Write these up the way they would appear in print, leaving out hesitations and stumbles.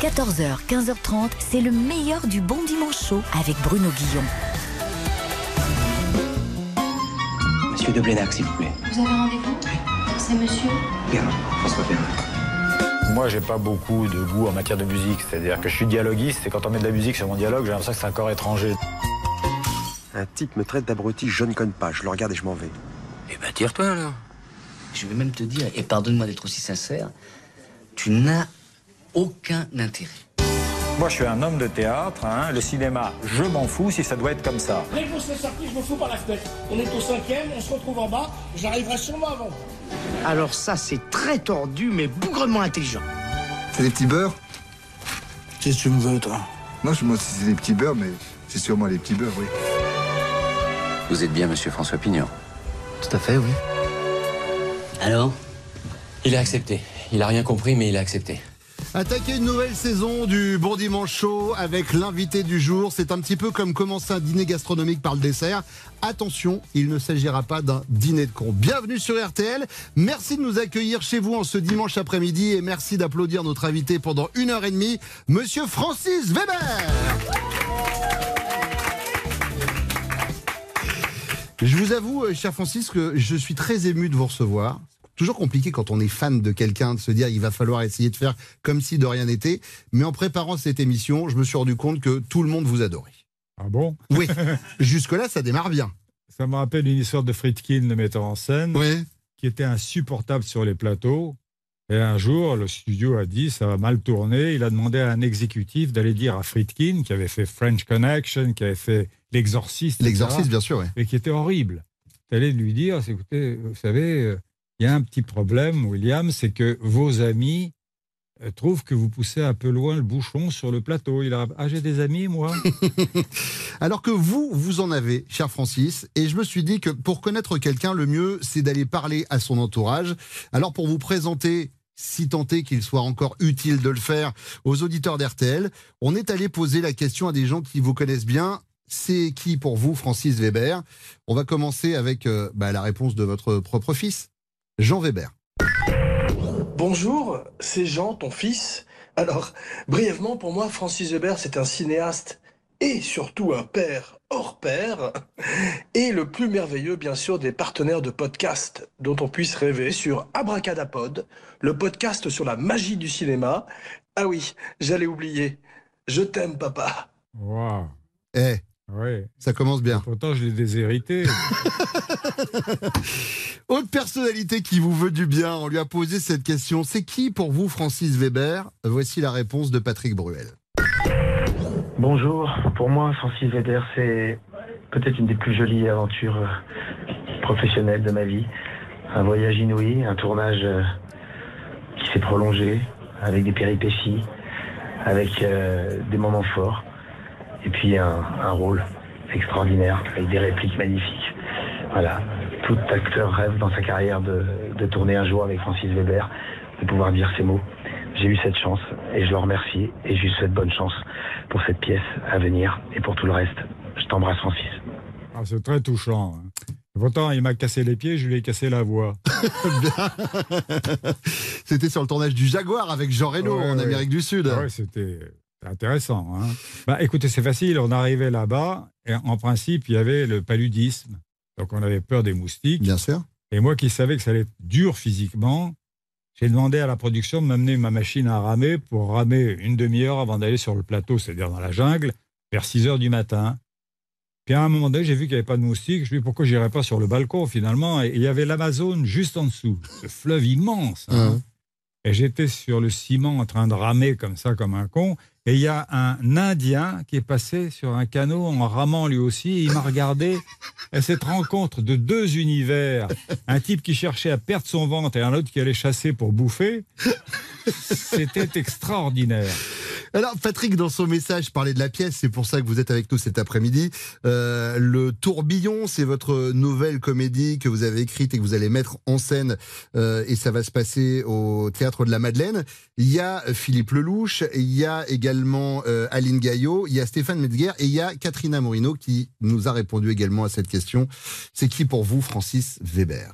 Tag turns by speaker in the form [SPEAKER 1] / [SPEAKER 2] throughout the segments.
[SPEAKER 1] 14h, 15h30, c'est le meilleur du Bon Dimanche Show avec Bruno Guillon.
[SPEAKER 2] Monsieur de Blénac, s'il vous plaît.
[SPEAKER 3] Vous avez rendez-vous? C'est monsieur
[SPEAKER 2] Perrin, François Perrin.
[SPEAKER 4] Moi, j'ai pas beaucoup de goût en matière de musique. C'est-à-dire que je suis dialoguiste et quand on met de la musique sur mon dialogue, j'ai l'impression que c'est un corps étranger.
[SPEAKER 5] Un type me traite d'abruti, je ne connais pas. Je le regarde et je m'en vais.
[SPEAKER 6] Eh ben, tire-toi, alors. Je vais même te dire, et pardonne-moi d'être aussi sincère, tu n'as aucun intérêt.
[SPEAKER 4] Moi, je suis un homme de théâtre. Le cinéma, je m'en fous si ça doit être comme ça.
[SPEAKER 7] Dès que vous serez sorti, je me fous par la fenêtre. On est au 5e, on se retrouve en bas. J'arriverai sûrement avant.
[SPEAKER 8] Alors ça, c'est très tordu, mais bougrement intelligent.
[SPEAKER 9] C'est des petits beurres?
[SPEAKER 7] Qu'est-ce que tu me veux, toi?
[SPEAKER 9] Non, je me demande si c'est des petits beurres, mais c'est sûrement les petits beurres, oui.
[SPEAKER 2] Vous êtes bien monsieur François Pignon?
[SPEAKER 6] Tout à fait, oui. Alors?
[SPEAKER 2] Il a accepté. Il a rien compris, mais il a accepté.
[SPEAKER 10] Attaquer une nouvelle saison du Bon Dimanche Show avec l'invité du jour, c'est un petit peu comme commencer un dîner gastronomique par le dessert. Attention, il ne s'agira pas d'un dîner de con. Bienvenue sur RTL, merci de nous accueillir chez vous en ce dimanche après-midi et merci d'applaudir notre invité pendant 1h30, Monsieur Francis Weber. Je vous avoue, cher Francis, que je suis très ému de vous recevoir. Toujours compliqué quand on est fan de quelqu'un de se dire il va falloir essayer de faire comme si de rien n'était. Mais en préparant cette émission, je me suis rendu compte que tout le monde vous adorait.
[SPEAKER 11] Ah bon?
[SPEAKER 10] Oui, jusque-là, ça démarre bien.
[SPEAKER 11] Ça me rappelle une histoire de Friedkin, le metteur en scène,
[SPEAKER 10] Oui.
[SPEAKER 11] qui était insupportable sur les plateaux. Et un jour, le studio a dit ça va mal tourner. Il a demandé à un exécutif d'aller dire à Friedkin, qui avait fait French Connection, qui avait fait L'Exorciste.
[SPEAKER 10] L'Exorciste, bien sûr, oui.
[SPEAKER 11] Et qui était horrible. D'aller lui dire, écoutez, vous savez, il y a un petit problème, William, c'est que vos amis trouvent que vous poussez un peu loin le bouchon sur le plateau. Il a j'ai des amis, moi.
[SPEAKER 10] Alors que vous en avez, cher Francis, et je me suis dit que pour connaître quelqu'un, le mieux, c'est d'aller parler à son entourage. Alors pour vous présenter, si tant est qu'il soit encore utile de le faire, aux auditeurs d'RTL, on est allé poser la question à des gens qui vous connaissent bien. C'est qui pour vous, Francis Weber? On va commencer avec la réponse de votre propre fils, Jean Weber.
[SPEAKER 7] Bonjour, c'est Jean, ton fils. Alors, brièvement, pour moi, Francis Weber, c'est un cinéaste et surtout un père hors pair et le plus merveilleux, bien sûr, des partenaires de podcast dont on puisse rêver sur Abracadapod, le podcast sur la magie du cinéma. Ah oui, j'allais oublier. Je t'aime, papa.
[SPEAKER 11] Waouh.
[SPEAKER 10] Ouais. Ça commence bien.
[SPEAKER 11] Pourtant, je l'ai déshérité.
[SPEAKER 10] Autre personnalité qui vous veut du bien, on lui a posé cette question. C'est qui pour vous, Francis Weber? Voici la réponse de Patrick Bruel.
[SPEAKER 12] Bonjour, pour moi, Francis Weber, c'est peut-être une des plus jolies aventures professionnelles de ma vie. Un voyage inouï, un tournage qui s'est prolongé, avec des péripéties, avec des moments forts. Et puis un rôle extraordinaire, avec des répliques magnifiques. Voilà, tout acteur rêve dans sa carrière de tourner un jour avec Francis Weber, de pouvoir dire ces mots. J'ai eu cette chance et je le remercie et je lui souhaite bonne chance pour cette pièce à venir et pour tout le reste. Je t'embrasse, Francis.
[SPEAKER 11] Ah, c'est très touchant. Pourtant, il m'a cassé les pieds, je lui ai cassé la voix.
[SPEAKER 10] C'était sur le tournage du Jaguar avec Jean Reno en Amérique du Sud.
[SPEAKER 11] Oui, c'était intéressant. Écoutez, c'est facile, on arrivait là-bas et en principe, il y avait le paludisme. Donc, on avait peur des moustiques.
[SPEAKER 10] Bien sûr.
[SPEAKER 11] Et moi qui savais que ça allait être dur physiquement, j'ai demandé à la production de m'amener ma machine à ramer pour ramer une demi-heure avant d'aller sur le plateau, c'est-à-dire dans la jungle, vers 6h du matin. Puis à un moment donné, j'ai vu qu'il n'y avait pas de moustiques. Je me dis pourquoi je n'irais pas sur le balcon finalement. Et il y avait l'Amazone juste en dessous, ce fleuve immense. Et j'étais sur le ciment en train de ramer comme ça, comme un con. Et il y a un Indien qui est passé sur un canot en ramant lui aussi. Et il m'a regardé. Et cette rencontre de deux univers, un type qui cherchait à perdre son ventre et un autre qui allait chasser pour bouffer, c'était extraordinaire.
[SPEAKER 10] Alors, Patrick, dans son message, parlait de la pièce. C'est pour ça que vous êtes avec nous cet après-midi. Le Tourbillon, c'est votre nouvelle comédie que vous avez écrite et que vous allez mettre en scène. Et ça va se passer au Théâtre de la Madeleine. Il y a Philippe Lelouch, il y a également Aline Gaillot, il y a Stéphane Metzger et il y a Katrina Morino qui nous a répondu également à cette question. C'est qui pour vous, Francis Weber?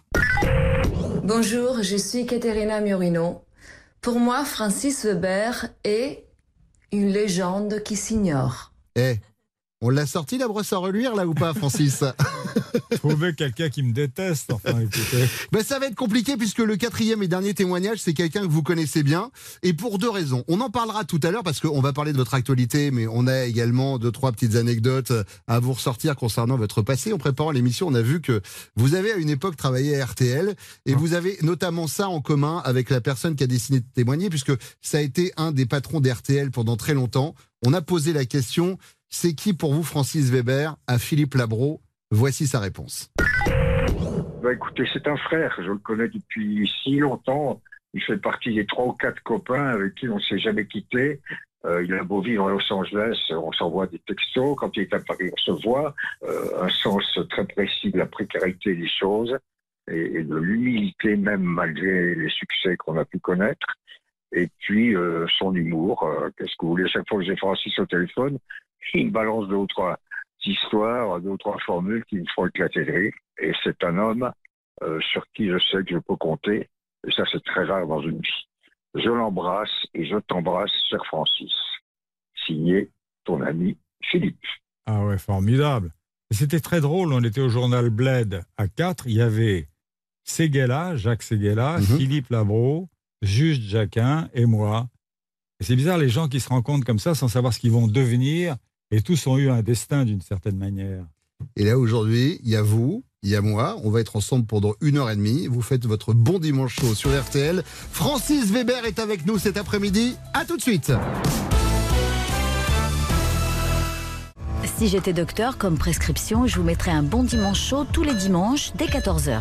[SPEAKER 13] Bonjour, je suis Katerina Morino. Pour moi, Francis Weber est Une légende qui s'ignore.
[SPEAKER 10] On l'a sorti la brosse à reluire là ou pas, Francis?
[SPEAKER 11] Trouver quelqu'un qui me déteste, enfin écoutez.
[SPEAKER 10] Ça va être compliqué puisque le 4e et dernier témoignage, c'est quelqu'un que vous connaissez bien. Et pour 2 raisons. On en parlera tout à l'heure parce qu'on va parler de votre actualité, mais on a également 2-3 petites anecdotes à vous ressortir concernant votre passé. En préparant l'émission, on a vu que vous avez à une époque travaillé à RTL et vous avez notamment ça en commun avec la personne qui a décidé de témoigner puisque ça a été un des patrons d'RTL pendant très longtemps. On a posé la question, c'est qui pour vous Francis Weber à Philippe Labro? Voici sa réponse.
[SPEAKER 14] Écoutez, c'est un frère, je le connais depuis si longtemps. Il fait partie des 3 ou 4 copains avec qui on ne s'est jamais quitté. Il a beau vivre à Los Angeles, on s'envoie des textos. Quand il est à Paris, on se voit. Un sens très précis de la précarité des choses et de l'humilité même malgré les succès qu'on a pu connaître. Et puis son humour. Qu'est-ce que vous voulez? Chaque fois que j'ai Francis au téléphone, il me balance 2 ou 3 histoires, 2 ou 3 formules qui me font éclater de rire. Et c'est un homme sur qui je sais que je peux compter. Et ça, c'est très rare dans une vie. Je l'embrasse et je t'embrasse, cher Francis. Signé ton ami Philippe.
[SPEAKER 11] Ah ouais, formidable. Et c'était très drôle. On était au journal Bled à 4. Il y avait Séguéla, Jacques Séguéla, Philippe Labro, Juste Jacquin et moi. Et c'est bizarre, les gens qui se rencontrent comme ça sans savoir ce qu'ils vont devenir. Et tous ont eu un destin d'une certaine manière.
[SPEAKER 10] Et là, aujourd'hui, il y a vous, il y a moi. On va être ensemble pendant 1h30. Vous faites votre bon dimanche chaud sur RTL. Francis Weber est avec nous cet après-midi. À tout de suite.
[SPEAKER 1] Si j'étais docteur, comme prescription, je vous mettrais un bon dimanche chaud tous les dimanches dès 14h.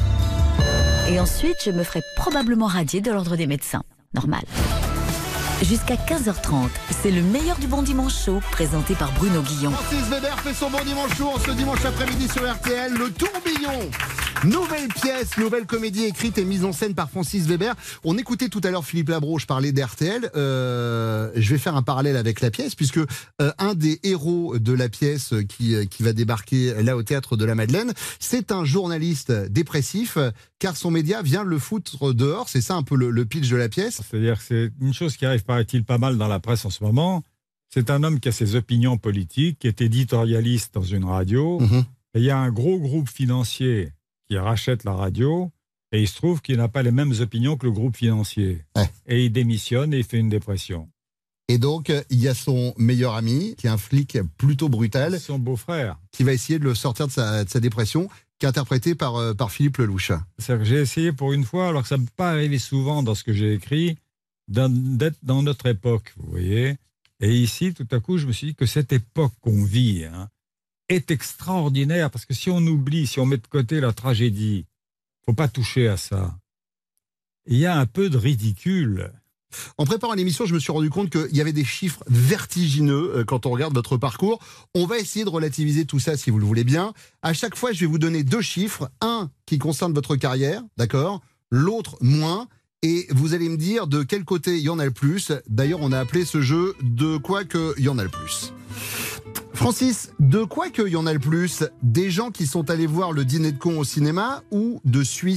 [SPEAKER 1] Et ensuite, je me ferais probablement radier de l'ordre des médecins. Normal. Jusqu'à 15h30, c'est le meilleur du bon dimanche chaud, présenté par Bruno Guillon.
[SPEAKER 10] Francis Weber fait son bon dimanche chaud ce dimanche après-midi sur RTL, Le Tourbillon. Nouvelle pièce, nouvelle comédie écrite et mise en scène par Francis Weber. On écoutait tout à l'heure Philippe Labro, je parlais d'RTL. Je vais faire un parallèle avec la pièce, puisque un des héros de la pièce qui va débarquer là au Théâtre de la Madeleine, c'est un journaliste dépressif, car son média vient le foutre dehors. C'est ça un peu le pitch de la pièce.
[SPEAKER 11] C'est-à-dire que c'est une chose qui arrive, paraît-il, pas mal dans la presse en ce moment. C'est un homme qui a ses opinions politiques, qui est éditorialiste dans une radio. Et il y a un gros groupe financier qui rachète la radio, et il se trouve qu'il n'a pas les mêmes opinions que le groupe financier. Et il démissionne et il fait une dépression.
[SPEAKER 10] Et donc, il y a son meilleur ami, qui est un flic plutôt brutal.
[SPEAKER 11] Son beau-frère.
[SPEAKER 10] Qui va essayer de le sortir de sa dépression, qui est interprété par Philippe Lelouch.
[SPEAKER 11] C'est-à-dire que j'ai essayé pour une fois, alors que ça ne peut pas arriver souvent dans ce que j'ai écrit, d'être dans notre époque, vous voyez. Et ici, tout à coup, je me suis dit que cette époque qu'on vit est extraordinaire, parce que si on oublie, si on met de côté la tragédie, il ne faut pas toucher à ça. Il y a un peu de ridicule.
[SPEAKER 10] En préparant l'émission, je me suis rendu compte qu'il y avait des chiffres vertigineux quand on regarde votre parcours. On va essayer de relativiser tout ça si vous le voulez bien. À chaque fois, je vais vous donner 2 chiffres. Un qui concerne votre carrière, d'accord ? L'autre moins. Et vous allez me dire de quel côté il y en a le plus. D'ailleurs, on a appelé ce jeu « De quoi qu'il y en a le plus ». Francis, de quoi qu'il y en a le plus ? Des gens qui sont allés voir le Dîner de cons au cinéma ou de Suisse ?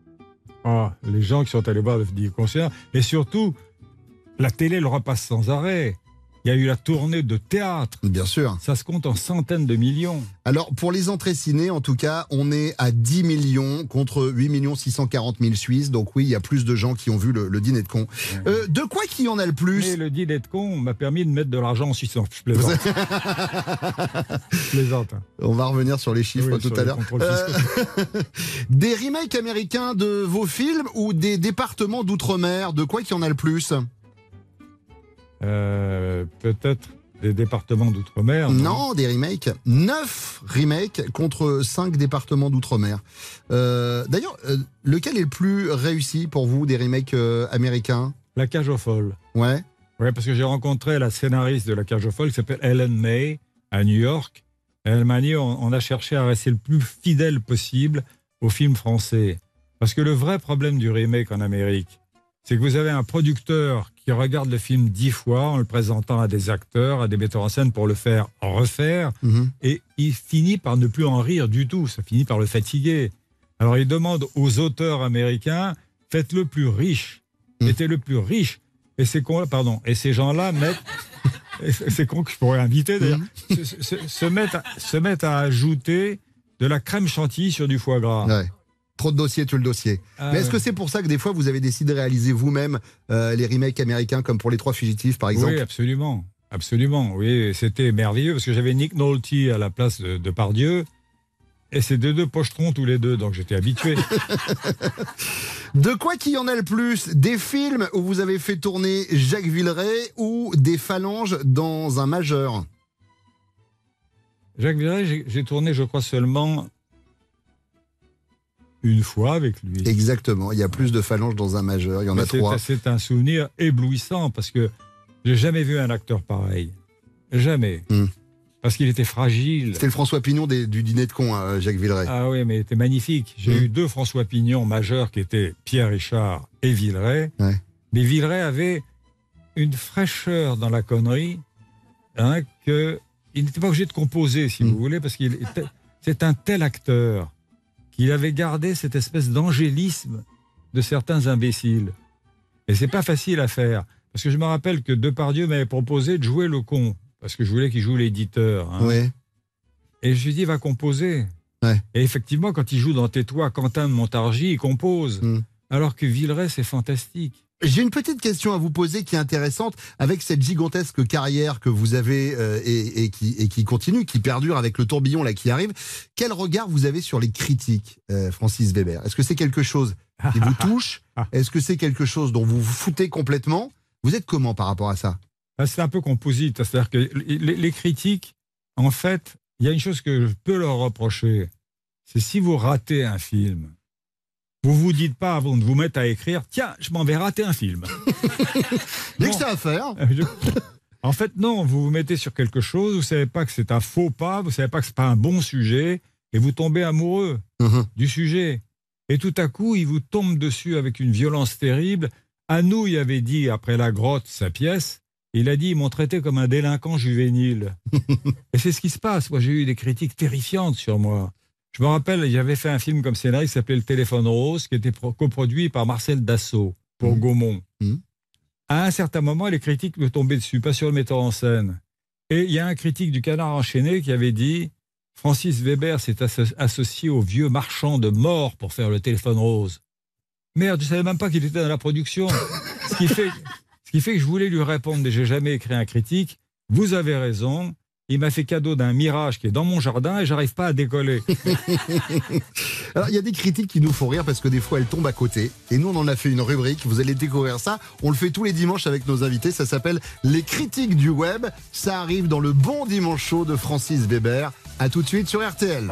[SPEAKER 11] Les gens qui sont allés voir le Dîner de cons au cinéma. Et surtout, la télé le repasse sans arrêt. Il y a eu la tournée de théâtre.
[SPEAKER 10] Bien sûr.
[SPEAKER 11] Ça se compte en centaines de millions.
[SPEAKER 10] Alors, pour les entrées ciné, en tout cas, on est à 10 millions contre 8 640 000 Suisses. Donc oui, il y a plus de gens qui ont vu le Dîner de cons. De quoi qu'il y en a le plus ?
[SPEAKER 11] Mais le Dîner de cons m'a permis de mettre de l'argent en Suisse. Je plaisante. Je plaisante.
[SPEAKER 10] On va revenir sur les chiffres tout à l'heure. Des remakes américains de vos films ou des départements d'outre-mer ? De quoi qu'il y en a le plus ?
[SPEAKER 11] Peut-être des départements d'outre-mer.
[SPEAKER 10] Non, des remakes. 9 remakes contre 5 départements d'outre-mer. D'ailleurs, lequel est le plus réussi pour vous des remakes américains ?
[SPEAKER 11] La Cage aux folles.
[SPEAKER 10] Ouais.
[SPEAKER 11] Ouais, parce que j'ai rencontré la scénariste de La Cage aux folles qui s'appelle Ellen May à New York. Elle m'a dit on a cherché à rester le plus fidèle possible au film français. Parce que le vrai problème du remake en Amérique, c'est que vous avez un producteur qui regarde le film 10 fois en le présentant à des acteurs, à des metteurs en scène pour le faire refaire, et il finit par ne plus en rire du tout, ça finit par le fatiguer. Alors il demande aux auteurs américains, faites-le plus riche, mettez-le plus riche. Et ces gens-là mettent... C'est con que je pourrais inviter d'ailleurs. Se mettent à ajouter de la crème chantilly sur du foie gras.
[SPEAKER 10] Ouais. Trop de dossiers, tu le dossier. Mais est-ce que c'est pour ça que des fois vous avez décidé de réaliser vous-même les remakes américains comme pour Les Trois Fugitifs par exemple?
[SPEAKER 11] Oui, absolument. Absolument, oui. C'était merveilleux parce que j'avais Nick Nolte à la place de Depardieu. Et c'est deux pochetrons tous les deux, donc j'étais habitué.
[SPEAKER 10] De quoi qu'il y en a le plus? Des films où vous avez fait tourner Jacques Villeray ou des phalanges dans un majeur?
[SPEAKER 11] Jacques Villeray, j'ai tourné, je crois, seulement une fois avec lui.
[SPEAKER 10] Exactement, il y a plus de phalanges dans un majeur, il y en a 3.
[SPEAKER 11] C'est un souvenir éblouissant parce que j'ai jamais vu un acteur pareil. Jamais. Parce qu'il était fragile.
[SPEAKER 10] C'était le François Pignon du dîner de cons, Jacques Villeray.
[SPEAKER 11] Ah oui, mais il était magnifique. J'ai eu 2 François Pignon majeurs qui étaient Pierre Richard et Villeray.
[SPEAKER 10] Ouais.
[SPEAKER 11] Mais Villeray avait une fraîcheur dans la connerie qu'il n'était pas obligé de composer, si vous voulez, parce c'est un tel acteur qu'il avait gardé cette espèce d'angélisme de certains imbéciles. Et c'est pas facile à faire. Parce que je me rappelle que Depardieu m'avait proposé de jouer le con. Parce que je voulais qu'il joue l'éditeur.
[SPEAKER 10] Ouais.
[SPEAKER 11] Et je lui ai dit, va composer.
[SPEAKER 10] Ouais.
[SPEAKER 11] Et effectivement, quand il joue dans Tais-toi, Quentin de Montargis, il compose. Alors que Villeray, c'est fantastique.
[SPEAKER 10] J'ai une petite question à vous poser qui est intéressante. Avec cette gigantesque carrière que vous avez et qui continue, qui perdure avec le tourbillon là qui arrive, quel regard vous avez sur les critiques, Francis Weber? Est-ce que c'est quelque chose qui vous touche? Est-ce que c'est quelque chose dont vous vous foutez complètement? Vous êtes comment par rapport à ça?
[SPEAKER 11] C'est un peu composite. C'est-à-dire que les critiques, en fait, il y a une chose que je peux leur reprocher. C'est si vous ratez un film, vous vous dites pas avant de vous mettre à écrire, tiens, je m'en vais rater un film.
[SPEAKER 10] Dès que ça à faire.
[SPEAKER 11] En fait, non, vous vous mettez sur quelque chose, vous savez pas que c'est un faux pas, vous savez pas que c'est pas un bon sujet, et vous tombez amoureux du sujet. Et tout à coup, il vous tombe dessus avec une violence terrible. Anouilh avait dit, après La Grotte, sa pièce, il a dit, ils m'ont traité comme un délinquant juvénile. Et c'est ce qui se passe. Moi, j'ai eu des critiques terrifiantes sur moi. Je me rappelle, j'avais fait un film comme scénariste qui s'appelait Le Téléphone Rose, qui était coproduit par Marcel Dassault pour Gaumont. À un certain moment, les critiques me tombaient dessus, pas sur le metteur en scène. Et il y a un critique du Canard enchaîné qui avait dit, Francis Weber s'est associé au vieux marchand de mort pour faire Le Téléphone Rose. Merde, je savais même pas qu'il était dans la production. Ce qui fait que je voulais lui répondre, mais j'ai jamais écrit un critique. Vous avez raison. Il m'a fait cadeau d'un Mirage qui est dans mon jardin et j'arrive pas à décoller.
[SPEAKER 10] Alors, il y a des critiques qui nous font rire parce que des fois, elles tombent à côté. Et nous, on en a fait une rubrique. Vous allez découvrir ça. On le fait tous les dimanches avec nos invités. Ça s'appelle Les critiques du web. Ça arrive dans le Bon Dimanche Show de Francis Weber. À tout de suite sur RTL.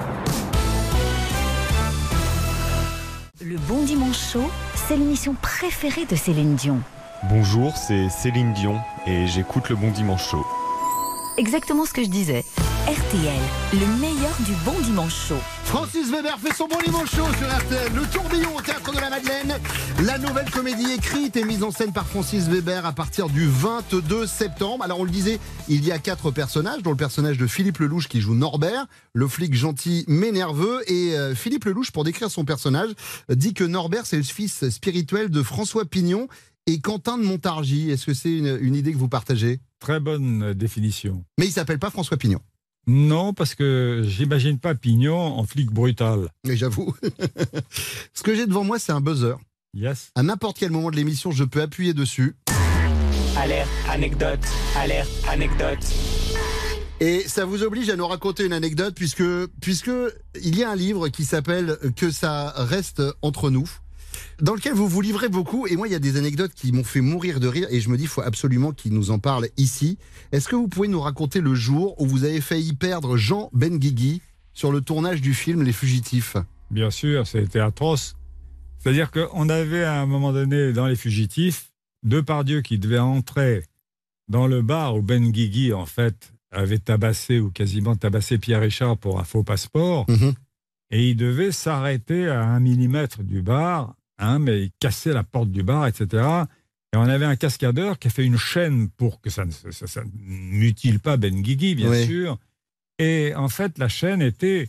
[SPEAKER 1] Le Bon Dimanche Show, c'est l'émission préférée de Céline Dion.
[SPEAKER 15] Bonjour, c'est Céline Dion et j'écoute le Bon Dimanche Show.
[SPEAKER 1] Exactement ce que je disais. RTL, le meilleur du Bon Dimanche Show.
[SPEAKER 10] Francis Weber fait son Bon Dimanche Show sur RTL. Le tourbillon au Théâtre de la Madeleine. La nouvelle comédie écrite et mise en scène par Francis Weber à partir du 22 septembre. Alors on le disait, il y a 4 personnages, dont le personnage de Philippe Lelouch qui joue Norbert, le flic gentil mais nerveux. Et Philippe Lelouch, pour décrire son personnage, dit que Norbert c'est le fils spirituel de François Pignon et Quentin de Montargis. Est-ce que c'est une idée que vous partagez?
[SPEAKER 11] Très bonne définition.
[SPEAKER 10] Mais il s'appelle pas François Pignon.
[SPEAKER 11] Non, parce que j'imagine pas Pignon en flic brutal.
[SPEAKER 10] Mais j'avoue. Ce que j'ai devant moi, c'est un buzzer.
[SPEAKER 11] Yes.
[SPEAKER 10] À n'importe quel moment de l'émission, je peux appuyer dessus.
[SPEAKER 16] Alerte, anecdote, alerte, anecdote.
[SPEAKER 10] Et ça vous oblige à nous raconter une anecdote puisque il y a un livre qui s'appelle Que ça reste entre nous, dans lequel vous vous livrez beaucoup. Et moi, il y a des anecdotes qui m'ont fait mourir de rire et je me dis, il faut absolument qu'il nous en parle ici. Est-ce que vous pouvez nous raconter le jour où vous avez failli perdre Jean Benguigui sur le tournage du film Les Fugitifs?
[SPEAKER 11] Bien sûr, ça a été atroce. C'est-à-dire qu'on avait à un moment donné dans Les Fugitifs, Depardieu qui devait entrer dans le bar où Benguigui, en fait, avait tabassé ou quasiment tabassé Pierre Richard pour un faux passeport. Et il devait s'arrêter à 1 millimètre du bar, mais il cassait la porte du bar, etc. Et on avait un cascadeur qui a fait une chaîne pour que ça ne mutile pas Benguigui, bien sûr. Et en fait, la chaîne était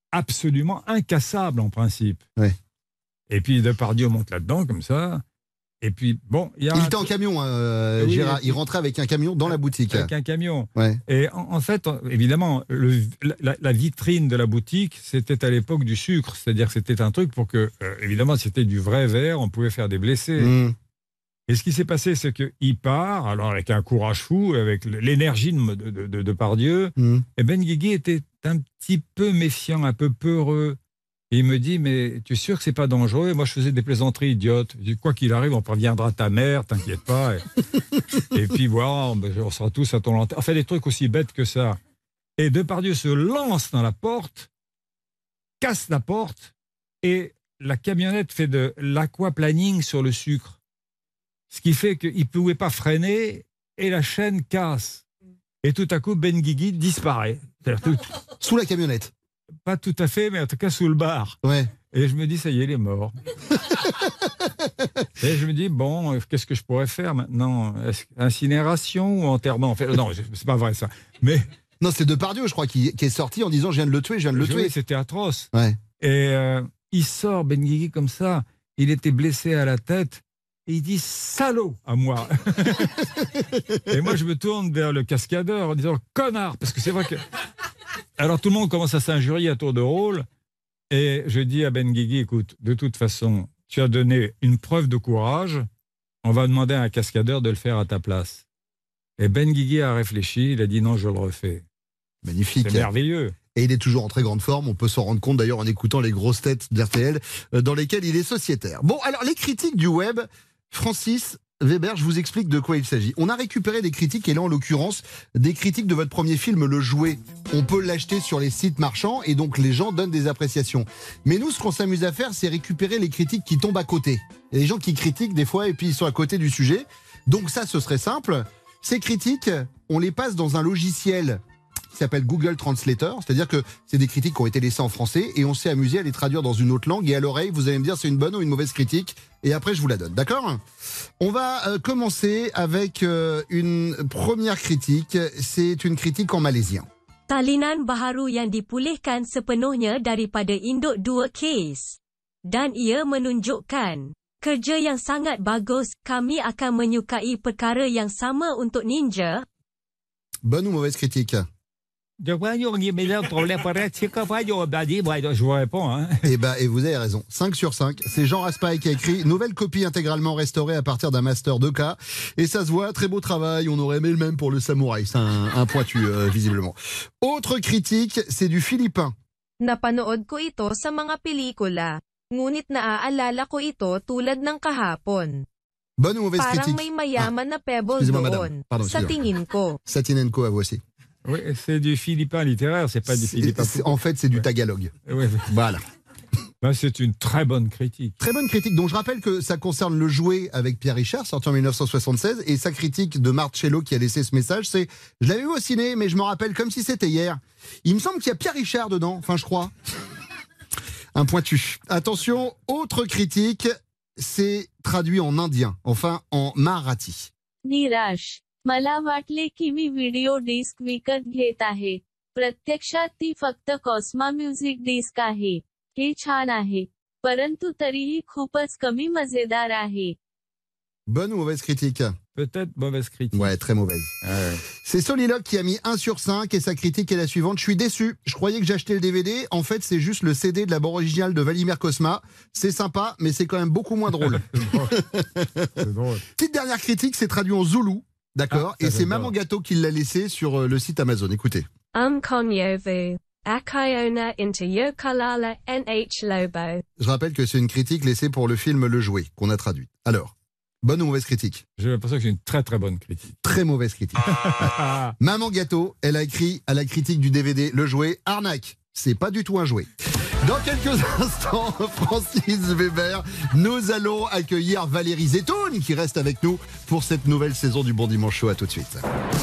[SPEAKER 11] absolument incassable en principe. Et puis Depardieu monte là-dedans, comme ça. Et puis, bon, il
[SPEAKER 10] était en camion,
[SPEAKER 11] oui,
[SPEAKER 10] Gérard. Il rentrait avec un camion dans la boutique.
[SPEAKER 11] Avec un camion.
[SPEAKER 10] Ouais.
[SPEAKER 11] Et en fait, évidemment, la vitrine de la boutique, c'était à l'époque du sucre. C'est-à-dire que c'était un truc pour que, évidemment, c'était du vrai verre, on pouvait faire des blessés. Et ce qui s'est passé, c'est qu'il part, alors avec un courage fou, avec l'énergie de Depardieu, et Benguigui était un petit peu méfiant, un peu peureux. Et il me dit, mais tu es sûr que c'est pas dangereux? Et moi, je faisais des plaisanteries idiotes. Je dis, quoi qu'il arrive, on préviendra ta mère, t'inquiète pas. Et puis voilà, on sera tous à ton lanterne. Enfin, des trucs aussi bêtes que ça. Et Depardieu se lance dans la porte, casse la porte, et la camionnette fait de l'aquaplaning sur le sucre. Ce qui fait qu'il ne pouvait pas freiner, et la chaîne casse. Et tout à coup, Benguigui disparaît.
[SPEAKER 10] Sous la camionnette?
[SPEAKER 11] Pas tout à fait, mais en tout cas sous le bar.
[SPEAKER 10] Ouais.
[SPEAKER 11] Et je me dis, ça y est, il est mort. Et je me dis, bon, qu'est-ce que je pourrais faire maintenant? Incinération ou enterrement? En fait, non, c'est pas vrai ça. Mais
[SPEAKER 10] non, c'est Depardieu, je crois, qui est sorti en disant, je viens de le tuer, je viens de le tuer.
[SPEAKER 11] C'était atroce.
[SPEAKER 10] Ouais.
[SPEAKER 11] Et il sort, Benguigui, comme ça. Il était blessé à la tête. Et il dit, salaud, à moi. Et moi, je me tourne vers le cascadeur en disant, connard, parce que c'est vrai que... Alors tout le monde commence à s'injurier à tour de rôle, et je dis à Benguigui, écoute, de toute façon, tu as donné une preuve de courage, on va demander à un cascadeur de le faire à ta place. Et Benguigui a réfléchi, il a dit non, je le refais.
[SPEAKER 10] Magnifique.
[SPEAKER 11] C'est merveilleux.
[SPEAKER 10] Et il est toujours en très grande forme, on peut s'en rendre compte d'ailleurs en écoutant les grosses têtes d'RTL dans lesquelles il est sociétaire. Bon, alors les critiques du web, Francis Weber, je vous explique de quoi il s'agit. On a récupéré des critiques, et là en l'occurrence, des critiques de votre premier film, Le Jouet. On peut l'acheter sur les sites marchands, et donc les gens donnent des appréciations. Mais nous, ce qu'on s'amuse à faire, c'est récupérer les critiques qui tombent à côté. Il y a des gens qui critiquent des fois, et puis ils sont à côté du sujet. Donc ça, ce serait simple. Ces critiques, on les passe dans un logiciel qui s'appelle Google Translator, c'est-à-dire que c'est des critiques qui ont été laissées en français, et on s'est amusé à les traduire dans une autre langue, et à l'oreille, vous allez me dire c'est une bonne ou une mauvaise critique, et après je vous la donne, d'accord? On va commencer avec une première critique, c'est une critique en malaisien.
[SPEAKER 17] Talinan baharu yang dipulihkan sepenuhnya daripada induk 2 case. Dan ia menunjukkan kerja yang sangat bagus, kami akan menyukai perkara yang sama untuk Ninja.
[SPEAKER 10] Bonne ou mauvaise critique?
[SPEAKER 11] Je vous réponds. Hein.
[SPEAKER 10] Et vous avez raison. 5 sur 5. C'est Jean Raspail qui a écrit. Nouvelle copie intégralement restaurée à partir d'un master 2K. Et ça se voit, très beau travail. On aurait aimé le même pour le samouraï. C'est un pointu, visiblement. Autre critique, c'est du philippin.
[SPEAKER 18] Napanood ko ito sa mga pelikula. Ngunit naaalala ko ito tulad ng kahapon.
[SPEAKER 10] Bonne ou mauvaise critique?
[SPEAKER 18] Parang may mayaman na pebble doon. Sa tingin ko.
[SPEAKER 10] Satinenko, à voici.
[SPEAKER 11] Oui, c'est du philippin littéraire, c'est pas du philippin.
[SPEAKER 10] En fait, c'est du tagalog.
[SPEAKER 11] Oui.
[SPEAKER 10] Voilà.
[SPEAKER 11] Ben, c'est une très bonne critique.
[SPEAKER 10] Très bonne critique. Donc je rappelle que ça concerne Le Jouet avec Pierre Richard, sorti en 1976. Et sa critique de Marcello qui a laissé ce message, c'est « Je l'avais vu au ciné, mais je me rappelle comme si c'était hier. Il me semble qu'il y a Pierre Richard dedans. Enfin, je crois. » Un pointu. Attention, autre critique, c'est traduit en indien, enfin en marathi.
[SPEAKER 17] निराश मला वाटले की मी व्हिडिओ डिस्क विकत घेत आहे प्रत्यक्षात ती फक्त कॉस्मा म्युझिक डिस्क आहे हे छान आहे परंतु तरीही खूपच कमी मजेदार आहे.
[SPEAKER 10] Bonne ou mauvaise critique?
[SPEAKER 11] Peut-être mauvaise critique.
[SPEAKER 10] Ouais, très mauvaise. C'est Soliloque qui a mis 1 sur 5 et sa critique est la suivante. Je suis déçu. Je croyais que j'achetais le DVD. En fait, c'est juste le CD de la bande originale de Valimir Cosma. C'est sympa, mais c'est quand même beaucoup moins drôle.
[SPEAKER 11] C'est drôle.
[SPEAKER 10] Petite dernière critique, c'est traduit en zoulou. D'accord? Et c'est Maman Gâteau qui l'a laissé sur le site Amazon. Écoutez.
[SPEAKER 17] Konyovu. Akiona into Yokalala NH Lobo.
[SPEAKER 10] Je rappelle que c'est une critique laissée pour le film Le Jouet, qu'on a traduit. Alors, bonne ou mauvaise critique?
[SPEAKER 11] J'ai l'impression que c'est une très très bonne critique.
[SPEAKER 10] Très mauvaise critique. Maman Gâteau, elle a écrit à la critique du DVD Le Jouet, arnaque. C'est pas du tout un jouet. Dans quelques instants, Francis Weber, nous allons accueillir Valérie Zetoun qui reste avec nous pour cette nouvelle saison du Bon Dimanche Show. À tout de suite.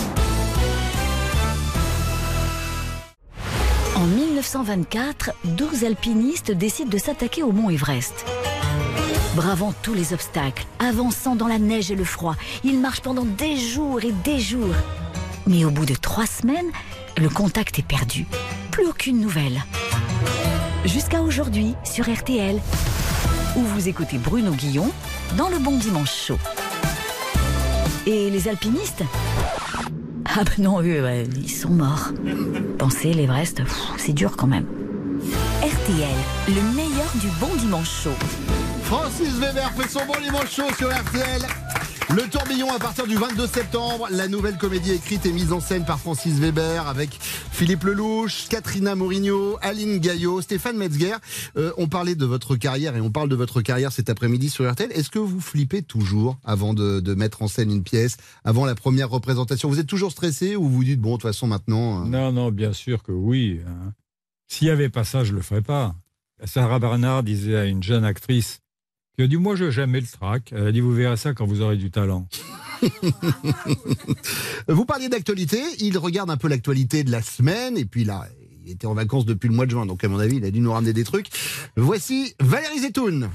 [SPEAKER 1] En 1924, 12 alpinistes décident de s'attaquer au mont Everest. Bravant tous les obstacles, avançant dans la neige et le froid, ils marchent pendant des jours et des jours. Mais au bout de 3 semaines, le contact est perdu. Plus aucune nouvelle. Jusqu'à aujourd'hui, sur RTL, où vous écoutez Bruno Guillon, dans le Bon Dimanche Show. Et les alpinistes ? Ah ben non, eux, ils sont morts. Pensez, l'Everest, c'est dur quand même. RTL, le meilleur du Bon Dimanche Show.
[SPEAKER 10] Francis Weber fait son Bon Dimanche Show sur RTL. Le Tourbillon à partir du 22 septembre. La nouvelle comédie écrite et mise en scène par Francis Weber avec Philippe Lelouch, Katrina Mourinho, Aline Gaillot, Stéphane Metzger. On parlait de votre carrière et on parle de votre carrière cet après-midi sur RTL. Est-ce que vous flippez toujours avant de mettre en scène une pièce, avant la première représentation? Vous êtes toujours stressé ou vous dites bon, de toute façon maintenant...
[SPEAKER 11] Non, bien sûr que oui. Hein. S'il n'y avait pas ça, je ne le ferais pas. Sarah Bernard disait à une jeune actrice qui a dit, moi, je n'ai jamais le trac. Elle a dit, vous verrez ça quand vous aurez du talent.
[SPEAKER 10] Vous parliez d'actualité. Il regarde un peu l'actualité de la semaine. Et puis là, il était en vacances depuis le mois de juin. Donc, à mon avis, il a dû nous ramener des trucs. Voici Valérie Zetoun.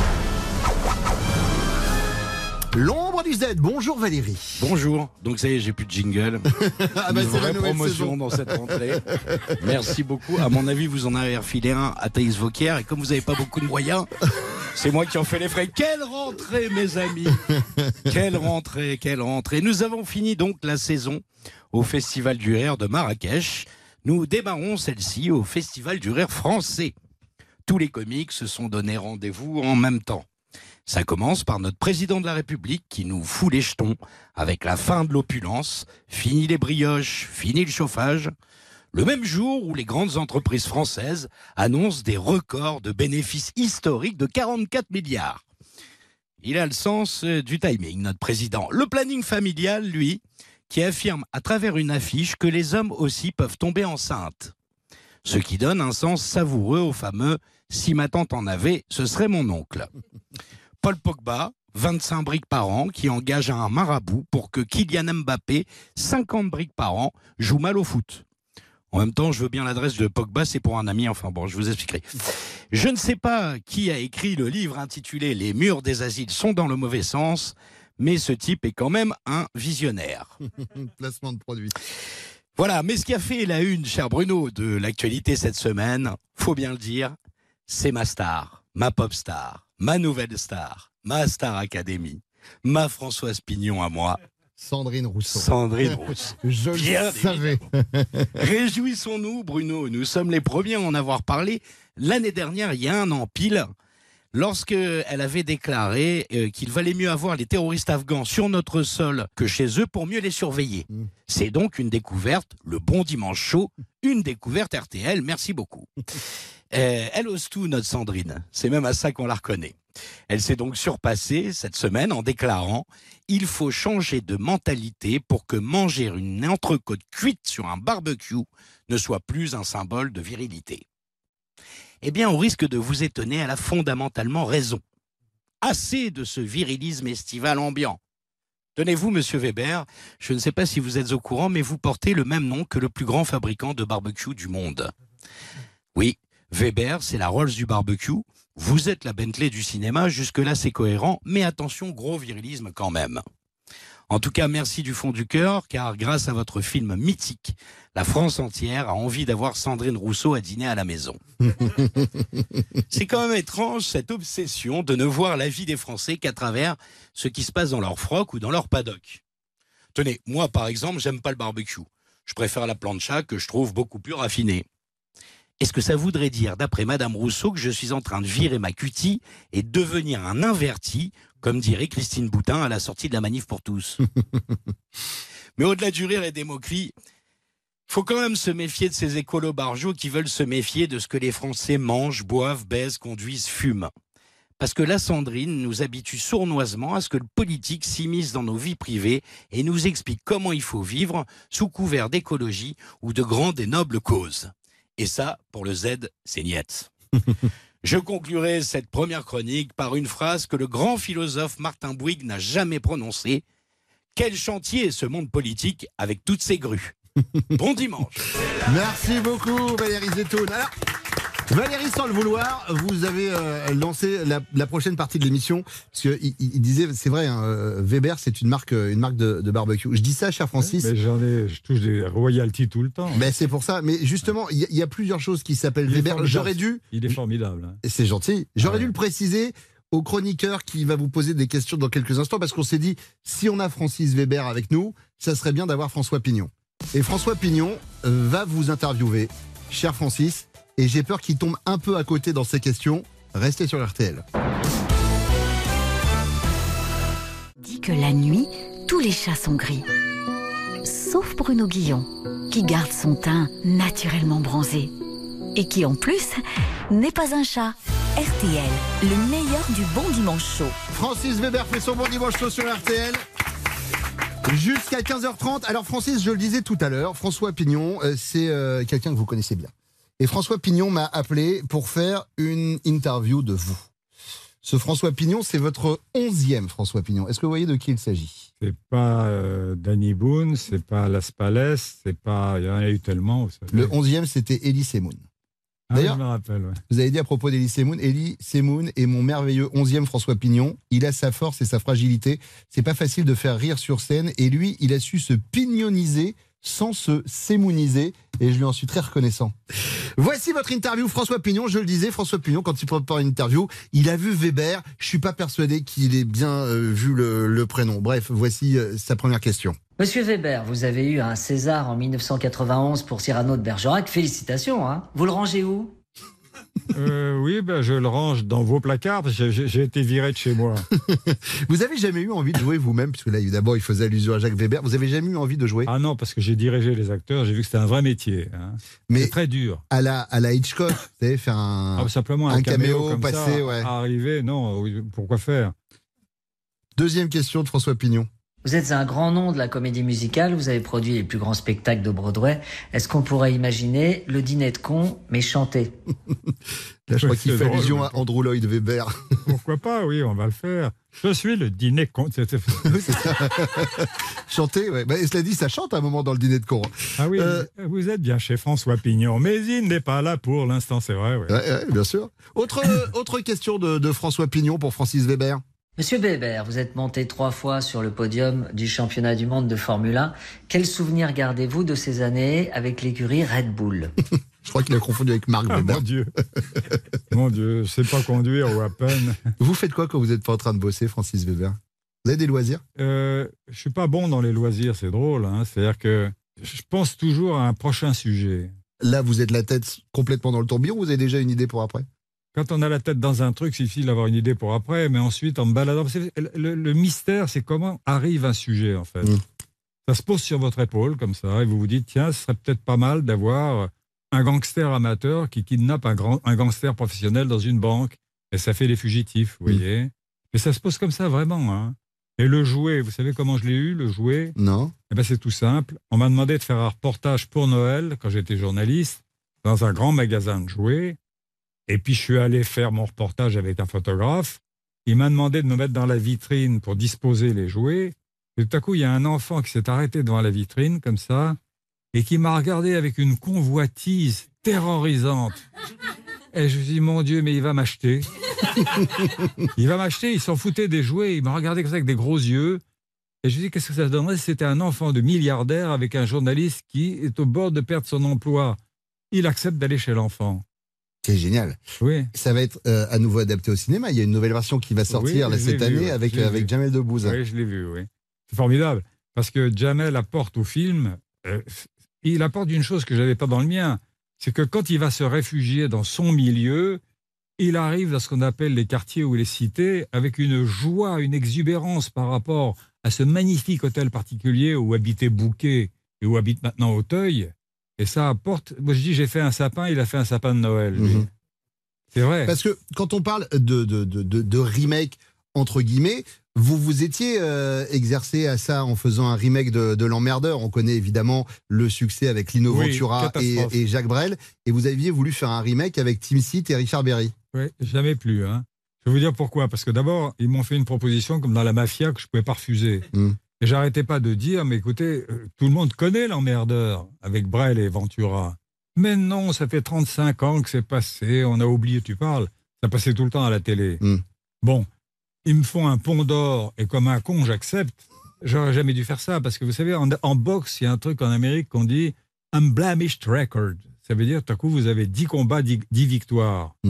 [SPEAKER 10] L'ombre du Z. Bonjour Valérie.
[SPEAKER 19] Bonjour. Donc ça y est, j'ai plus de jingle.
[SPEAKER 10] Ah bah,
[SPEAKER 19] une vraie promotion dans cette rentrée. Merci beaucoup. À mon avis, vous en avez refilé un à Thaïs Vauquier. Et comme vous n'avez pas beaucoup de moyens, c'est moi qui en fais les frais. Quelle rentrée, mes amis. Quelle rentrée, quelle rentrée. Nous avons fini donc la saison au Festival du Rire de Marrakech. Nous démarrons celle-ci au Festival du Rire français. Tous les comiques se sont donné rendez-vous en même temps. Ça commence par notre président de la République qui nous fout les jetons avec la fin de l'opulence, fini les brioches, fini le chauffage. Le même jour où les grandes entreprises françaises annoncent des records de bénéfices historiques de 44 milliards. Il a le sens du timing, notre président. Le planning familial, lui, qui affirme à travers une affiche que les hommes aussi peuvent tomber enceintes. Ce qui donne un sens savoureux au fameux « si ma tante en avait, ce serait mon oncle ». Paul Pogba, 25 briques par an, qui engage un marabout pour que Kylian Mbappé, 50 briques par an, joue mal au foot. En même temps, je veux bien l'adresse de Pogba, c'est pour un ami, enfin bon, je vous expliquerai. Je ne sais pas qui a écrit le livre intitulé « Les murs des asiles sont dans le mauvais sens », mais ce type est quand même un visionnaire.
[SPEAKER 10] Placement de produit.
[SPEAKER 19] Voilà, mais ce qui a fait la une, cher Bruno, de l'actualité cette semaine, faut bien le dire, c'est ma star, ma pop star. Ma nouvelle star, ma Star Academy, ma Françoise Pignon à moi.
[SPEAKER 10] Sandrine Rousseau.
[SPEAKER 19] Sandrine Rousseau.
[SPEAKER 10] Je le savais.
[SPEAKER 19] Réjouissons-nous, Bruno. Nous sommes les premiers à en avoir parlé l'année dernière, il y a un an pile, lorsqu'elle avait déclaré qu'il valait mieux avoir les terroristes afghans sur notre sol que chez eux pour mieux les surveiller. C'est donc une découverte, le Bon Dimanche Show, une découverte RTL. Merci beaucoup. Elle ose tout, notre Sandrine. C'est même à ça qu'on la reconnaît. Elle s'est donc surpassée cette semaine en déclarant « Il faut changer de mentalité pour que manger une entrecôte cuite sur un barbecue ne soit plus un symbole de virilité. » Eh bien, au risque de vous étonner, elle a fondamentalement raison. Assez de ce virilisme estival ambiant. Tenez-vous, monsieur Weber, je ne sais pas si vous êtes au courant, mais vous portez le même nom que le plus grand fabricant de barbecue du monde. Oui, Weber, c'est la Rolls du barbecue. Vous êtes la Bentley du cinéma. Jusque-là, c'est cohérent. Mais attention, gros virilisme quand même. En tout cas, merci du fond du cœur, car grâce à votre film mythique, la France entière a envie d'avoir Sandrine Rousseau à dîner à la maison. C'est quand même étrange, cette obsession de ne voir la vie des Français qu'à travers ce qui se passe dans leur froc ou dans leur paddock. Tenez, moi, par exemple, j'aime pas le barbecue. Je préfère la plancha que je trouve beaucoup plus raffinée. Est-ce que ça voudrait dire, d'après Madame Rousseau, que je suis en train de virer ma cutie et devenir un inverti, comme dirait Christine Boutin à la sortie de la Manif pour tous? Mais au-delà du rire et des moqueries, il faut quand même se méfier de ces écolos barjots qui veulent se méfier de ce que les Français mangent, boivent, baisent, conduisent, fument. Parce que la Sandrine nous habitue sournoisement à ce que le politique s'immisce dans nos vies privées et nous explique comment il faut vivre sous couvert d'écologie ou de grandes et nobles causes. Et ça, pour le Z, c'est niet. Je conclurai cette première chronique par une phrase que le grand philosophe Martin Bouygues n'a jamais prononcée. Quel chantier est ce monde politique avec toutes ses grues? Bon dimanche.
[SPEAKER 10] Merci beaucoup Valérie Zetoun. Alors, Valérie, sans le vouloir, vous avez lancé la prochaine partie de l'émission, parce qu'il disait, c'est vrai, hein, Weber, c'est une marque de barbecue. Je dis ça, cher Francis.
[SPEAKER 11] Mais je touche des royalties tout le temps.
[SPEAKER 10] Mais c'est pour ça. Mais justement, il y a plusieurs choses qui s'appellent Weber. J'aurais dû.
[SPEAKER 11] Il est formidable. Hein.
[SPEAKER 10] C'est gentil. J'aurais dû le préciser au chroniqueur qui va vous poser des questions dans quelques instants, parce qu'on s'est dit, si on a Francis Weber avec nous, ça serait bien d'avoir François Pignon. Et François Pignon va vous interviewer, cher Francis, et j'ai peur qu'il tombe un peu à côté dans ses questions. Restez sur RTL.
[SPEAKER 1] Dit que la nuit, tous les chats sont gris. Sauf Bruno Guillon, qui garde son teint naturellement bronzé. Et qui, en plus, n'est pas un chat. RTL, le meilleur du bon dimanche chaud.
[SPEAKER 10] Francis Weber fait son bon dimanche chaud sur RTL. Jusqu'à 15h30. Alors Francis, je le disais tout à l'heure, François Pignon, c'est quelqu'un que vous connaissez bien. Et François Pignon m'a appelé pour faire une interview de vous. Ce François Pignon, c'est votre 11e François Pignon. Est-ce que vous voyez de qui il s'agit ?
[SPEAKER 11] C'est pas Danny Boone, c'est pas Las Palais, c'est pas... Il y en a eu tellement, vous savez.
[SPEAKER 10] Le 11e, c'était Elie Semoun.
[SPEAKER 11] D'ailleurs, je me rappelle, ouais.
[SPEAKER 10] Vous avez dit à propos d'Elie Semoun est mon merveilleux 11e François Pignon. Il a sa force et sa fragilité. C'est pas facile de faire rire sur scène. Et lui, il a su se pignoniser sans se sémouniser. Et je lui en suis très reconnaissant. Voici votre interview, François Pignon. Je le disais, François Pignon, quand il prépare une interview, il a vu Weber. Je suis pas persuadé qu'il ait bien vu le prénom. Bref, voici sa première question.
[SPEAKER 20] Monsieur Weber, vous avez eu un César en 1991 pour Cyrano de Bergerac. Félicitations, hein. Vous le rangez où ?
[SPEAKER 11] Oui, je le range dans vos placards. J'ai été viré de chez moi.
[SPEAKER 10] Vous avez jamais eu envie de jouer vous-même? Parce que là, d'abord, il faisait allusion à Jacques Weber. Vous avez jamais eu envie de jouer?
[SPEAKER 11] Ah non, parce que j'ai dirigé les acteurs. J'ai vu que c'était un vrai métier. Hein. Mais c'est très dur.
[SPEAKER 10] À la Hitchcock, vous savez, faire
[SPEAKER 11] simplement un caméo comme
[SPEAKER 10] passé,
[SPEAKER 11] ça,
[SPEAKER 10] ouais.
[SPEAKER 11] Arriver, non, pourquoi faire?
[SPEAKER 10] Deuxième question de François Pignon.
[SPEAKER 20] Vous êtes un grand nom de la comédie musicale, vous avez produit les plus grands spectacles de Broadway. Est-ce qu'on pourrait imaginer le dîner de cons, mais chanté?
[SPEAKER 10] Là, je crois qu'il fait allusion à Andrew Lloyd Webber.
[SPEAKER 11] Pourquoi pas, oui, on va le faire. Je suis le dîner de cons.
[SPEAKER 10] C'est ça. Chanter, ouais. Cela dit, ça chante à un moment dans le dîner de cons.
[SPEAKER 11] Ah oui, vous êtes bien chez François Pignon, mais il n'est pas là pour l'instant, c'est vrai. Ouais.
[SPEAKER 10] Ouais, bien sûr. Autre question de François Pignon pour Francis Weber.
[SPEAKER 20] Monsieur Weber, vous êtes monté 3 fois sur le podium du championnat du monde de Formule 1. Quel souvenir gardez-vous de ces années avec l'écurie Red Bull?
[SPEAKER 10] Je crois qu'il a confondu avec Marc Weber.
[SPEAKER 11] Mon Dieu. Mon Dieu, je sais pas conduire ou à peine.
[SPEAKER 10] Vous faites quoi quand vous n'êtes pas en train de bosser, Francis Weber? Vous avez des loisirs?
[SPEAKER 11] Je suis pas bon dans les loisirs, c'est drôle. Hein. C'est-à-dire que je pense toujours à un prochain sujet.
[SPEAKER 10] Là, vous êtes la tête complètement dans le tourbillon ou vous avez déjà une idée pour après?
[SPEAKER 11] Quand on a la tête dans un truc, c'est difficile d'avoir une idée pour après, mais ensuite, en me baladant... Le mystère, c'est comment arrive un sujet, en fait. Ça se pose sur votre épaule, comme ça, et vous vous dites, tiens, ce serait peut-être pas mal d'avoir un gangster amateur qui kidnappe un gangster professionnel dans une banque, et ça fait les fugitifs, vous voyez. Mais ça se pose comme ça, vraiment. Hein. Et le jouet, vous savez comment je l'ai eu, le jouet?
[SPEAKER 10] Non.
[SPEAKER 11] Eh ben, c'est tout simple. On m'a demandé de faire un reportage pour Noël, quand j'étais journaliste, dans un grand magasin de jouets. Et puis, je suis allé faire mon reportage avec un photographe. Il m'a demandé de me mettre dans la vitrine pour disposer les jouets. Et tout à coup, il y a un enfant qui s'est arrêté devant la vitrine, comme ça, et qui m'a regardé avec une convoitise terrorisante. Et je me suis dit, mon Dieu, mais il va m'acheter. Il va m'acheter, il s'en foutait des jouets. Il m'a regardé comme ça avec des gros yeux. Et je me suis dit, qu'est-ce que ça donnerait si c'était un enfant de milliardaire avec un journaliste qui est au bord de perdre son emploi? Il accepte d'aller chez l'enfant.
[SPEAKER 10] C'est génial.
[SPEAKER 11] Oui.
[SPEAKER 10] Ça va être à nouveau adapté au cinéma. Il y a une nouvelle version qui va sortir cette année avec Jamel Debbouze.
[SPEAKER 11] Oui, je l'ai vu, oui. C'est formidable. Parce que Jamel apporte au film, il apporte une chose que je n'avais pas dans le mien. C'est que quand il va se réfugier dans son milieu, il arrive dans ce qu'on appelle les quartiers ou les cités avec une joie, une exubérance par rapport à ce magnifique hôtel particulier où habitait Bouquet et où habite maintenant Auteuil. Et ça apporte... Moi, je dis, j'ai fait un sapin, il a fait un sapin de Noël. C'est vrai.
[SPEAKER 10] Parce que quand on parle de remake, entre guillemets, vous étiez exercé à ça en faisant un remake de L'Emmerdeur. On connaît évidemment le succès avec Lino Ventura et Jacques Brel. Et vous aviez voulu faire un remake avec Tim Seat et Richard Berry.
[SPEAKER 11] Oui, jamais plus. Hein. Je vais vous dire pourquoi. Parce que d'abord, ils m'ont fait une proposition comme dans la mafia que je ne pouvais pas refuser. Et j'arrêtais pas de dire, mais écoutez, tout le monde connaît L'Emmerdeur avec Brel et Ventura. Mais non, ça fait 35 ans que c'est passé, on a oublié, tu parles. Ça passait tout le temps à la télé. Bon, ils me font un pont d'or et comme un con, j'accepte. J'aurais jamais dû faire ça parce que vous savez, en boxe, il y a un truc en Amérique qu'on dit « unblemished record ». Ça veut dire, tout à coup, vous avez 10 combats, 10 victoires.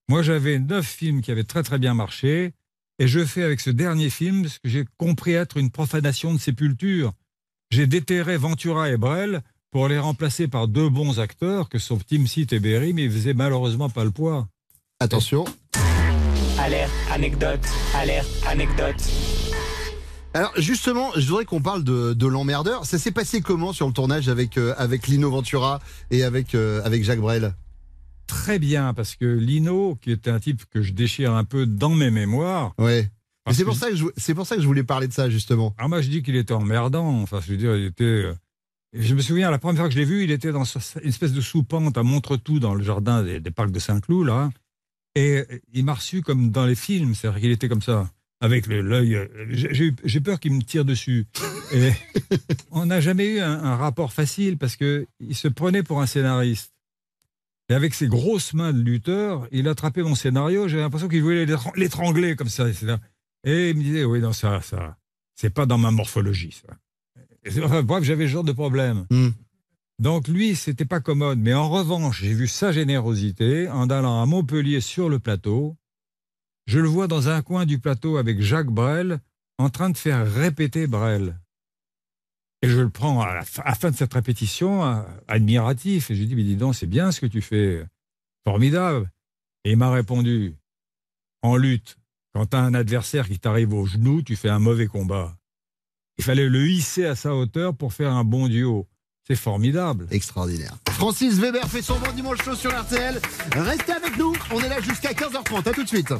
[SPEAKER 11] Moi, j'avais 9 films qui avaient très très bien marché, et je fais avec ce dernier film ce que j'ai compris être une profanation de sépulture. J'ai déterré Ventura et Brel pour les remplacer par 2 bons acteurs que sont Timsit et Berry, mais ils faisaient malheureusement pas le poids.
[SPEAKER 10] Attention.
[SPEAKER 16] Alerte, anecdote, alerte, anecdote.
[SPEAKER 10] Alors justement, je voudrais qu'on parle de l'emmerdeur. Ça s'est passé comment sur le tournage avec Lino Ventura et avec Jacques Brel?
[SPEAKER 11] Très bien, parce que Lino, qui était un type que je déchire un peu dans mes mémoires...
[SPEAKER 10] Ouais. C'est pour ça que je voulais parler de ça, justement.
[SPEAKER 11] Alors moi, je dis qu'il était emmerdant. Enfin, je veux dire, il était... Je me souviens, la première fois que je l'ai vu, il était dans une espèce de sous-pente à Montretout, dans le jardin des parcs de Saint-Cloud, là. Et il m'a reçu comme dans les films, c'est-à-dire qu'il était comme ça, avec l'œil... J'ai peur qu'il me tire dessus. Et on n'a jamais eu un rapport facile, parce qu'il se prenait pour un scénariste. Et avec ses grosses mains de lutteur, il attrapait mon scénario, j'avais l'impression qu'il voulait l'étrangler comme ça, etc. Et il me disait, oui, non, ça, c'est pas dans ma morphologie, ça. Enfin, bref, j'avais ce genre de problème. Donc lui, c'était pas commode. Mais en revanche, j'ai vu sa générosité en allant à Montpellier sur le plateau. Je le vois dans un coin du plateau avec Jacques Brel en train de faire répéter Brel. Et je le prends à la fin de cette répétition, admiratif. Et je lui dis, mais dis donc, c'est bien ce que tu fais. Formidable. Et il m'a répondu, en lutte, quand tu as un adversaire qui t'arrive au genou, tu fais un mauvais combat. Il fallait le hisser à sa hauteur pour faire un bon duo. C'est formidable.
[SPEAKER 10] Extraordinaire. Francis Weber fait son bon dimanche chaud sur RTL. Restez avec nous, on est là jusqu'à 15h30. À tout de suite.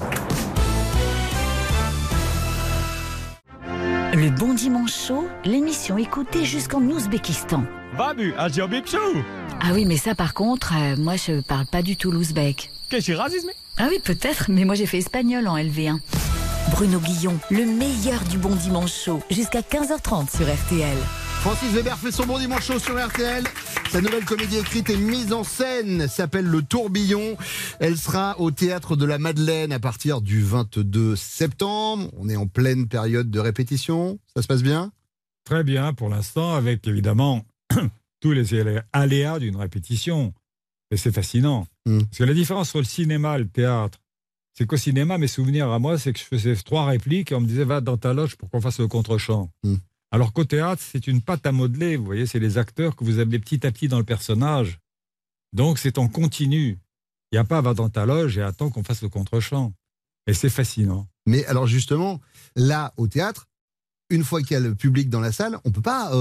[SPEAKER 1] Le Bon Dimanche Chaud, l'émission écoutée jusqu'en Ouzbékistan.
[SPEAKER 16] Babu, Aziorbipchou.
[SPEAKER 1] Ah oui, mais ça par contre, moi je parle pas du tout l'ouzbek.
[SPEAKER 16] Qu'est-ce que racisme?
[SPEAKER 1] Ah oui, peut-être, mais moi j'ai fait espagnol en LV1. Bruno Guillon, le meilleur du Bon Dimanche Chaud, jusqu'à 15h30 sur RTL.
[SPEAKER 10] Francis Weber fait son bon dimanche chaud sur RTL. Sa nouvelle comédie écrite et mise en scène s'appelle Le Tourbillon. Elle sera au Théâtre de la Madeleine à partir du 22 septembre. On est en pleine période de répétition. Ça se passe bien?
[SPEAKER 11] Très bien pour l'instant, avec évidemment tous les aléas d'une répétition. Et c'est fascinant. Parce que la différence entre le cinéma et le théâtre, c'est qu'au cinéma, mes souvenirs à moi, c'est que je faisais 3 répliques et on me disait va dans ta loge pour qu'on fasse le contre-champ. Alors qu'au théâtre, c'est une pâte à modeler, vous voyez, c'est les acteurs que vous amenez petit à petit dans le personnage. Donc c'est en continu. Il n'y a pas va dans ta loge et attends qu'on fasse le contre-champ. Et c'est fascinant.
[SPEAKER 10] Mais alors justement, là, au théâtre, une fois qu'il y a le public dans la salle, on ne peut pas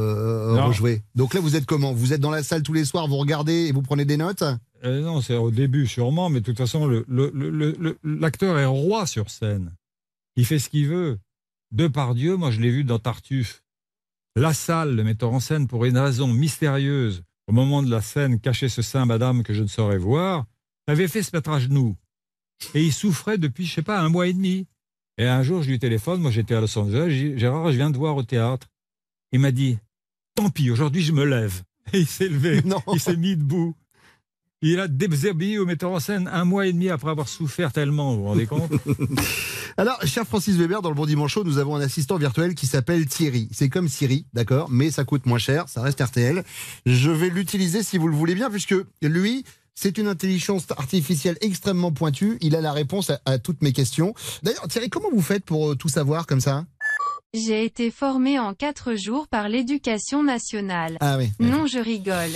[SPEAKER 10] rejouer. Donc là, vous êtes comment? Vous êtes dans la salle tous les soirs, vous regardez et vous prenez des notes?
[SPEAKER 11] Non, c'est au début sûrement, mais de toute façon, l'acteur est roi sur scène. Il fait ce qu'il veut. Depardieu, moi je l'ai vu dans Tartuffe. La salle, le metteur en scène, pour une raison mystérieuse, au moment de la scène, cachait ce sein, madame, que je ne saurais voir, avait fait se mettre à genoux. Et il souffrait depuis, je sais pas, 1 mois et demi. Et un jour, je lui téléphone, moi j'étais à Los Angeles, je dis, Gérard, je viens te voir au théâtre. Il m'a dit, tant pis, aujourd'hui je me lève. Et il s'est levé, il s'est mis debout. Il a déshabillé au metteur en scène 1 mois et demi après avoir souffert tellement, vous vous rendez compte?
[SPEAKER 10] Alors, cher Francis Weber, dans le Bon Dimanche Chaud, nous avons un assistant virtuel qui s'appelle Thierry. C'est comme Siri, d'accord, mais ça coûte moins cher, ça reste RTL. Je vais l'utiliser si vous le voulez bien, puisque lui, c'est une intelligence artificielle extrêmement pointue. Il a la réponse à toutes mes questions. D'ailleurs, Thierry, comment vous faites pour tout savoir comme ça?
[SPEAKER 18] J'ai été formé en 4 jours par l'Éducation nationale.
[SPEAKER 10] Ah oui.
[SPEAKER 18] Non, je rigole.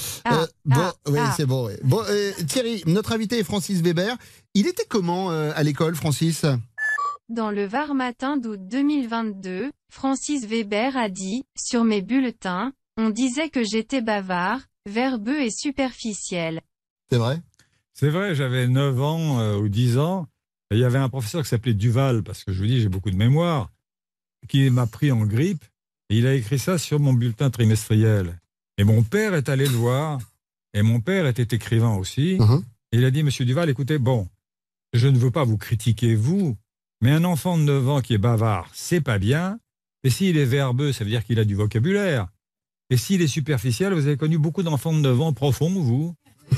[SPEAKER 10] C'est bon. Ouais. Bon, Thierry, notre invité est Francis Weber. Il était comment à l'école, Francis?
[SPEAKER 18] Dans le Var matin d'août 2022, Francis Weber a dit, sur mes bulletins, on disait que j'étais bavard, verbeux et superficiel.
[SPEAKER 10] C'est vrai?
[SPEAKER 11] C'est vrai, j'avais 9 ans ou 10 ans. Et il y avait un professeur qui s'appelait Duval, parce que je vous dis, j'ai beaucoup de mémoire, qui m'a pris en grippe, et il a écrit ça sur mon bulletin trimestriel. Et mon père est allé le voir, et mon père était écrivain aussi, et il a dit, Monsieur Duval, écoutez, bon, je ne veux pas vous critiquer, vous, mais un enfant de 9 ans qui est bavard, c'est pas bien, et s'il est verbeux, ça veut dire qu'il a du vocabulaire, et s'il est superficiel, vous avez connu beaucoup d'enfants de 9 ans profonds, vous.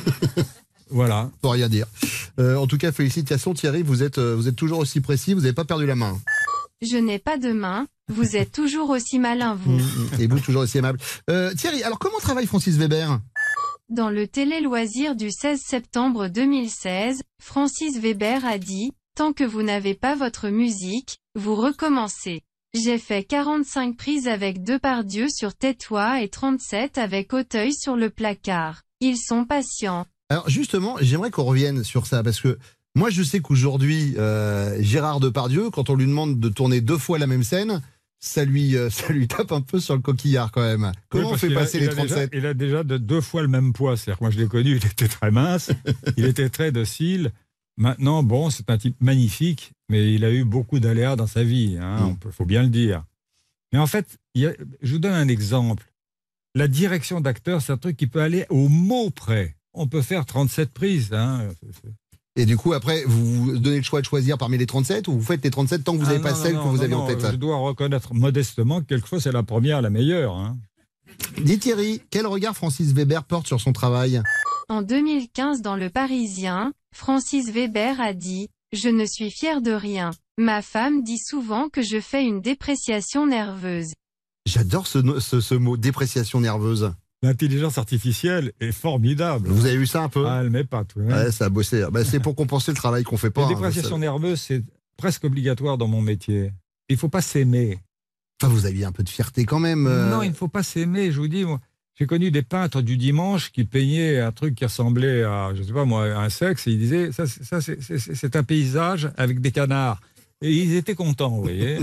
[SPEAKER 11] Voilà.
[SPEAKER 10] Faut rien dire. En tout cas, félicitations Thierry, vous êtes toujours aussi précis, vous n'avez pas perdu la main.
[SPEAKER 18] Je n'ai pas de main, vous êtes toujours aussi malin, vous.
[SPEAKER 10] Et vous, toujours aussi aimable. Thierry, alors comment travaille Francis Weber?
[SPEAKER 18] Dans le télé-loisir du 16 septembre 2016, Francis Weber a dit « Tant que vous n'avez pas votre musique, vous recommencez. J'ai fait 45 prises avec Depardieu sur Tais-toi et 37 avec Auteuil sur le placard. Ils sont patients. »
[SPEAKER 10] Alors justement, j'aimerais qu'on revienne sur ça, parce que moi je sais qu'aujourd'hui, Gérard Depardieu, quand on lui demande de tourner 2 fois la même scène, ça lui tape un peu sur le coquillard quand même. Comment on fait passer les 37 ?
[SPEAKER 11] Il a déjà 2 fois le même poids. C'est-à-dire que moi je l'ai connu, il était très mince, il était très docile. Maintenant, bon, c'est un type magnifique, mais il a eu beaucoup d'aléas dans sa vie, hein, faut bien le dire. Mais en fait, je vous donne un exemple. La direction d'acteur, c'est un truc qui peut aller au mot près. On peut faire 37 prises. Hein.
[SPEAKER 10] Et du coup, après, vous donnez le choix de choisir parmi les 37 ou vous faites les 37 tant que vous n'avez pas celle que vous avez en tête?
[SPEAKER 11] Je dois reconnaître modestement que quelquefois c'est la première, la meilleure. Hein.
[SPEAKER 10] Dis Thierry, quel regard Francis Weber porte sur son travail?
[SPEAKER 18] En 2015 dans Le Parisien, Francis Weber a dit « Je ne suis fier de rien. Ma femme dit souvent que je fais une dépréciation nerveuse. »
[SPEAKER 10] J'adore ce mot, dépréciation nerveuse.
[SPEAKER 11] L'intelligence artificielle est formidable.
[SPEAKER 10] Vous avez vu ça un peu?
[SPEAKER 11] Ah, elle m'épate.
[SPEAKER 10] Ouais, ça a bossé. Bah, c'est pour compenser le travail qu'on fait pas.
[SPEAKER 11] La dépréciation nerveuse, c'est presque obligatoire dans mon métier. Il ne faut pas s'aimer.
[SPEAKER 10] Enfin, vous aviez un peu de fierté quand même.
[SPEAKER 11] Non, il ne faut pas s'aimer. Je vous dis, moi, j'ai connu des peintres du dimanche qui peignaient un truc qui ressemblait à, je sais pas moi, un sexe, et ils disaient, ça c'est un paysage avec des canards. Et ils étaient contents, vous voyez.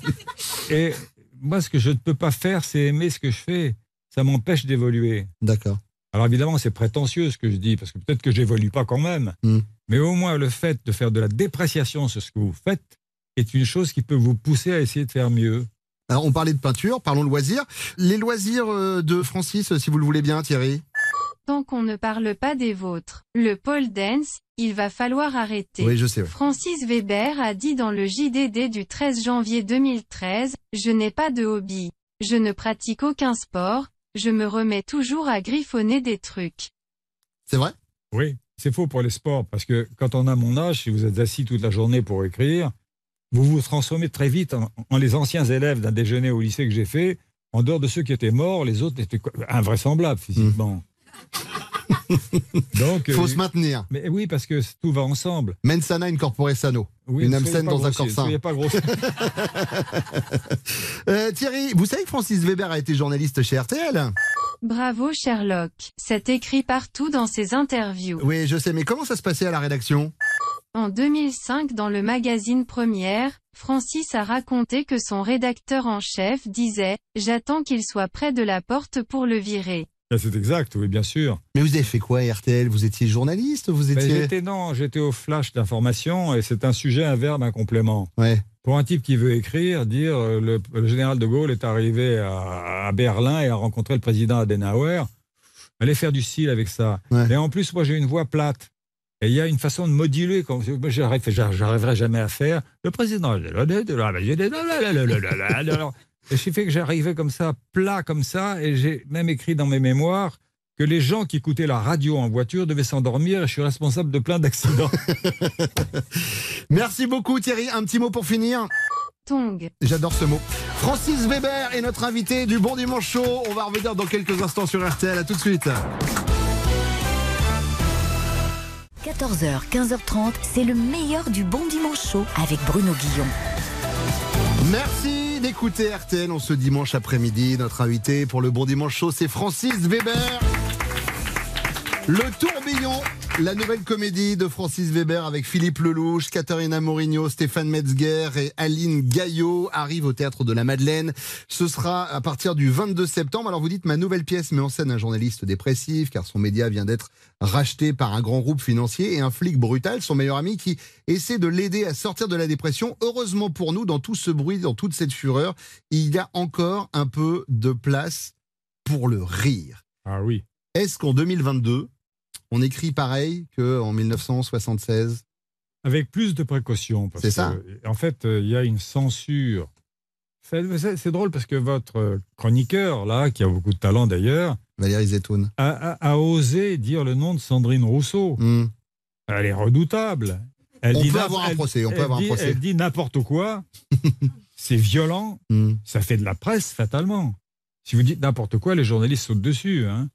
[SPEAKER 11] Et moi, ce que je ne peux pas faire, c'est aimer ce que je fais. Ça m'empêche d'évoluer.
[SPEAKER 10] D'accord.
[SPEAKER 11] Alors évidemment, c'est prétentieux ce que je dis, parce que peut-être que j'évolue pas quand même. Mais au moins, le fait de faire de la dépréciation sur ce que vous faites est une chose qui peut vous pousser à essayer de faire mieux.
[SPEAKER 10] Alors, on parlait de peinture, parlons de loisirs. Les loisirs de Francis, si vous le voulez bien, Thierry.
[SPEAKER 18] Tant qu'on ne parle pas des vôtres. Le pole dance, il va falloir arrêter.
[SPEAKER 10] Oui, je sais.
[SPEAKER 18] Francis Weber a dit dans le JDD du 13 janvier 2013, « Je n'ai pas de hobby. Je ne pratique aucun sport. Je me remets toujours à griffonner des trucs. »
[SPEAKER 10] C'est vrai?
[SPEAKER 11] Oui, c'est faux pour les sports, parce que quand on a mon âge, si vous êtes assis toute la journée pour écrire, vous vous transformez très vite en les anciens élèves d'un déjeuner au lycée que j'ai fait. En dehors de ceux qui étaient morts, les autres étaient invraisemblables physiquement. Donc,
[SPEAKER 10] faut se maintenir.
[SPEAKER 11] Mais oui, parce que tout va ensemble.
[SPEAKER 10] Mens sana in corpore sano.
[SPEAKER 11] Oui,
[SPEAKER 10] une âme saine dans un corps sain.
[SPEAKER 11] Soyez pas grossier.
[SPEAKER 10] Thierry, vous savez que Francis Weber a été journaliste chez RTL?
[SPEAKER 18] Bravo Sherlock. C'est écrit partout dans ses interviews.
[SPEAKER 10] Oui, je sais, mais comment ça se passait à la rédaction?
[SPEAKER 18] En 2005, dans le magazine Première, Francis a raconté que son rédacteur en chef disait « J'attends qu'il soit près de la porte pour le virer ».
[SPEAKER 11] C'est exact, oui, bien sûr.
[SPEAKER 10] Mais vous avez fait quoi à RTL? Vous étiez journaliste? Vous étiez...
[SPEAKER 11] J'étais au flash d'information et c'est un sujet, un verbe, un complément.
[SPEAKER 10] Ouais.
[SPEAKER 11] Pour un type qui veut écrire, dire le général de Gaulle est arrivé à Berlin et a rencontré le président Adenauer, allez faire du style avec ça. Ouais. Et en plus, moi j'ai une voix plate. Et il y a une façon de moduler, comme j'arriverai jamais à faire. Le président. Et ce qui fait que j'arrivais comme ça, plat comme ça, et j'ai même écrit dans mes mémoires que les gens qui écoutaient la radio en voiture devaient s'endormir, et je suis responsable de plein d'accidents.
[SPEAKER 10] Merci beaucoup Thierry. Un petit mot pour finir.
[SPEAKER 18] Tong.
[SPEAKER 10] J'adore ce mot. Francis Weber est notre invité du Bon Dimanche Show. On va revenir dans quelques instants sur RTL. À tout de suite.
[SPEAKER 1] 14h, 15h30, c'est le meilleur du Bon Dimanche Show avec Bruno Guillon.
[SPEAKER 10] Merci d'écouter RTL en ce dimanche après-midi. Notre invité pour le Bon Dimanche Show, c'est Francis Weber. Le Tourbillon, la nouvelle comédie de Francis Weber avec Philippe Lelouch, Caterina Mourinho, Stéphane Metzger et Aline Gaillot arrive au Théâtre de la Madeleine. Ce sera à partir du 22 septembre. Alors vous dites, ma nouvelle pièce met en scène un journaliste dépressif car son média vient d'être racheté par un grand groupe financier et un flic brutal, son meilleur ami, qui essaie de l'aider à sortir de la dépression. Heureusement pour nous, dans tout ce bruit, dans toute cette fureur, il y a encore un peu de place pour le rire.
[SPEAKER 11] Ah oui.
[SPEAKER 10] Est-ce qu'en 2022, on écrit pareil qu'en 1976?
[SPEAKER 11] Avec plus de précautions.
[SPEAKER 10] C'est ça.
[SPEAKER 11] En fait, il y a une censure. C'est drôle parce que votre chroniqueur, là, qui a beaucoup de talent d'ailleurs,
[SPEAKER 10] Valérie Zetoun,
[SPEAKER 11] a osé dire le nom de Sandrine Rousseau. Elle est redoutable.
[SPEAKER 10] On peut avoir un procès.
[SPEAKER 11] Elle dit n'importe quoi. C'est violent. Ça fait de la presse, fatalement. Si vous dites n'importe quoi, les journalistes sautent dessus. Hein.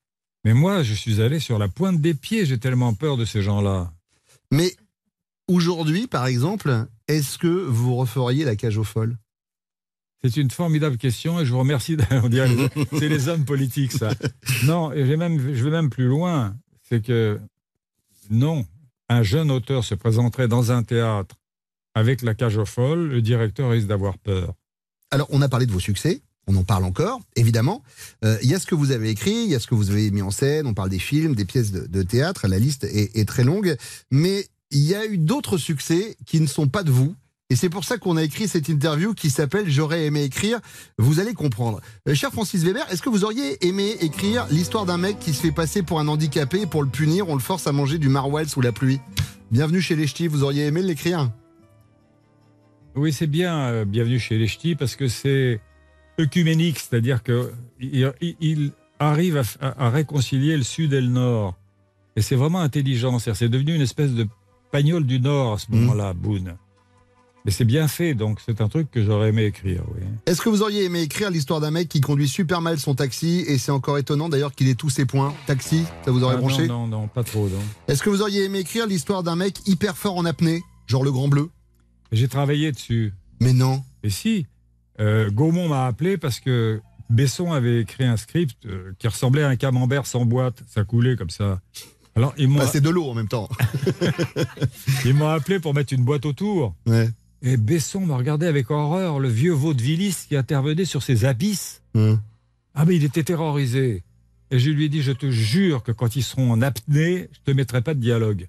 [SPEAKER 11] Mais moi, je suis allé sur la pointe des pieds, j'ai tellement peur de ces gens-là.
[SPEAKER 10] Mais aujourd'hui, par exemple, est-ce que vous referiez la cage aux folles ?
[SPEAKER 11] C'est une formidable question et je vous remercie. On dirait, c'est les hommes politiques, ça. Non, et je vais même plus loin. C'est que, non, un jeune auteur se présenterait dans un théâtre avec la cage aux folles, le directeur risque d'avoir peur.
[SPEAKER 10] Alors, on a parlé de vos succès. On en parle encore, évidemment. Il y a ce que vous avez écrit, il y a ce que vous avez mis en scène, on parle des films, des pièces de théâtre, la liste est très longue, mais il y a eu d'autres succès qui ne sont pas de vous, et c'est pour ça qu'on a écrit cette interview qui s'appelle « J'aurais aimé écrire », vous allez comprendre. Cher Francis Weber, est-ce que vous auriez aimé écrire l'histoire d'un mec qui se fait passer pour un handicapé, et pour le punir, on le force à manger du maroilles sous la pluie ? Bienvenue chez les Ch'tis, vous auriez aimé l'écrire ?
[SPEAKER 11] Oui, c'est bien, bienvenue chez les Ch'tis, parce que c'est œcuménique, c'est-à-dire qu'il arrive à réconcilier le Sud et le Nord. Et c'est vraiment intelligent. C'est devenu une espèce de Pagnol du Nord à ce moment-là, Boone. Mais c'est bien fait, donc c'est un truc que j'aurais aimé écrire, oui.
[SPEAKER 10] Est-ce que vous auriez aimé écrire l'histoire d'un mec qui conduit super mal son taxi, et c'est encore étonnant d'ailleurs qu'il ait tous ses points. Taxi, ça vous aurait branché ?
[SPEAKER 11] Non, pas trop, non.
[SPEAKER 10] Est-ce que vous auriez aimé écrire l'histoire d'un mec hyper fort en apnée, genre le Grand Bleu ?
[SPEAKER 11] J'ai travaillé dessus.
[SPEAKER 10] Mais non.
[SPEAKER 11] Et si, Gaumont m'a appelé parce que Besson avait écrit un script qui ressemblait à un camembert sans boîte. Ça coulait comme ça. Alors,
[SPEAKER 10] c'est de l'eau en même temps.
[SPEAKER 11] Ils m'ont appelé pour mettre une boîte autour.
[SPEAKER 10] Ouais.
[SPEAKER 11] Et Besson me regardait avec horreur, le vieux vaudevilliste qui intervenait sur ces abysses. Ah, mais il était terrorisé. Et je lui ai dit, je te jure que quand ils seront en apnée, je te mettrai pas de dialogue.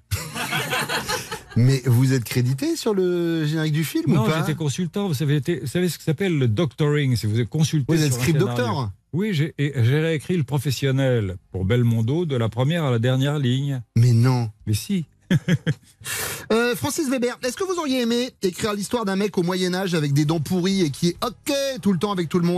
[SPEAKER 10] Mais vous êtes crédité sur le générique du film
[SPEAKER 11] ou
[SPEAKER 10] pas ?
[SPEAKER 11] Non, j'étais consultant. Vous savez ce que s'appelle le doctoring, si vous êtes consulté.
[SPEAKER 10] Vous êtes script doctor ?
[SPEAKER 11] Oui, j'ai réécrit le professionnel pour Belmondo de la première à la dernière ligne.
[SPEAKER 10] Mais non.
[SPEAKER 11] Mais si.
[SPEAKER 10] Francis Weber, est-ce que vous auriez aimé écrire l'histoire d'un mec au Moyen-Âge avec des dents pourries et qui est OK tout le temps avec tout le monde ?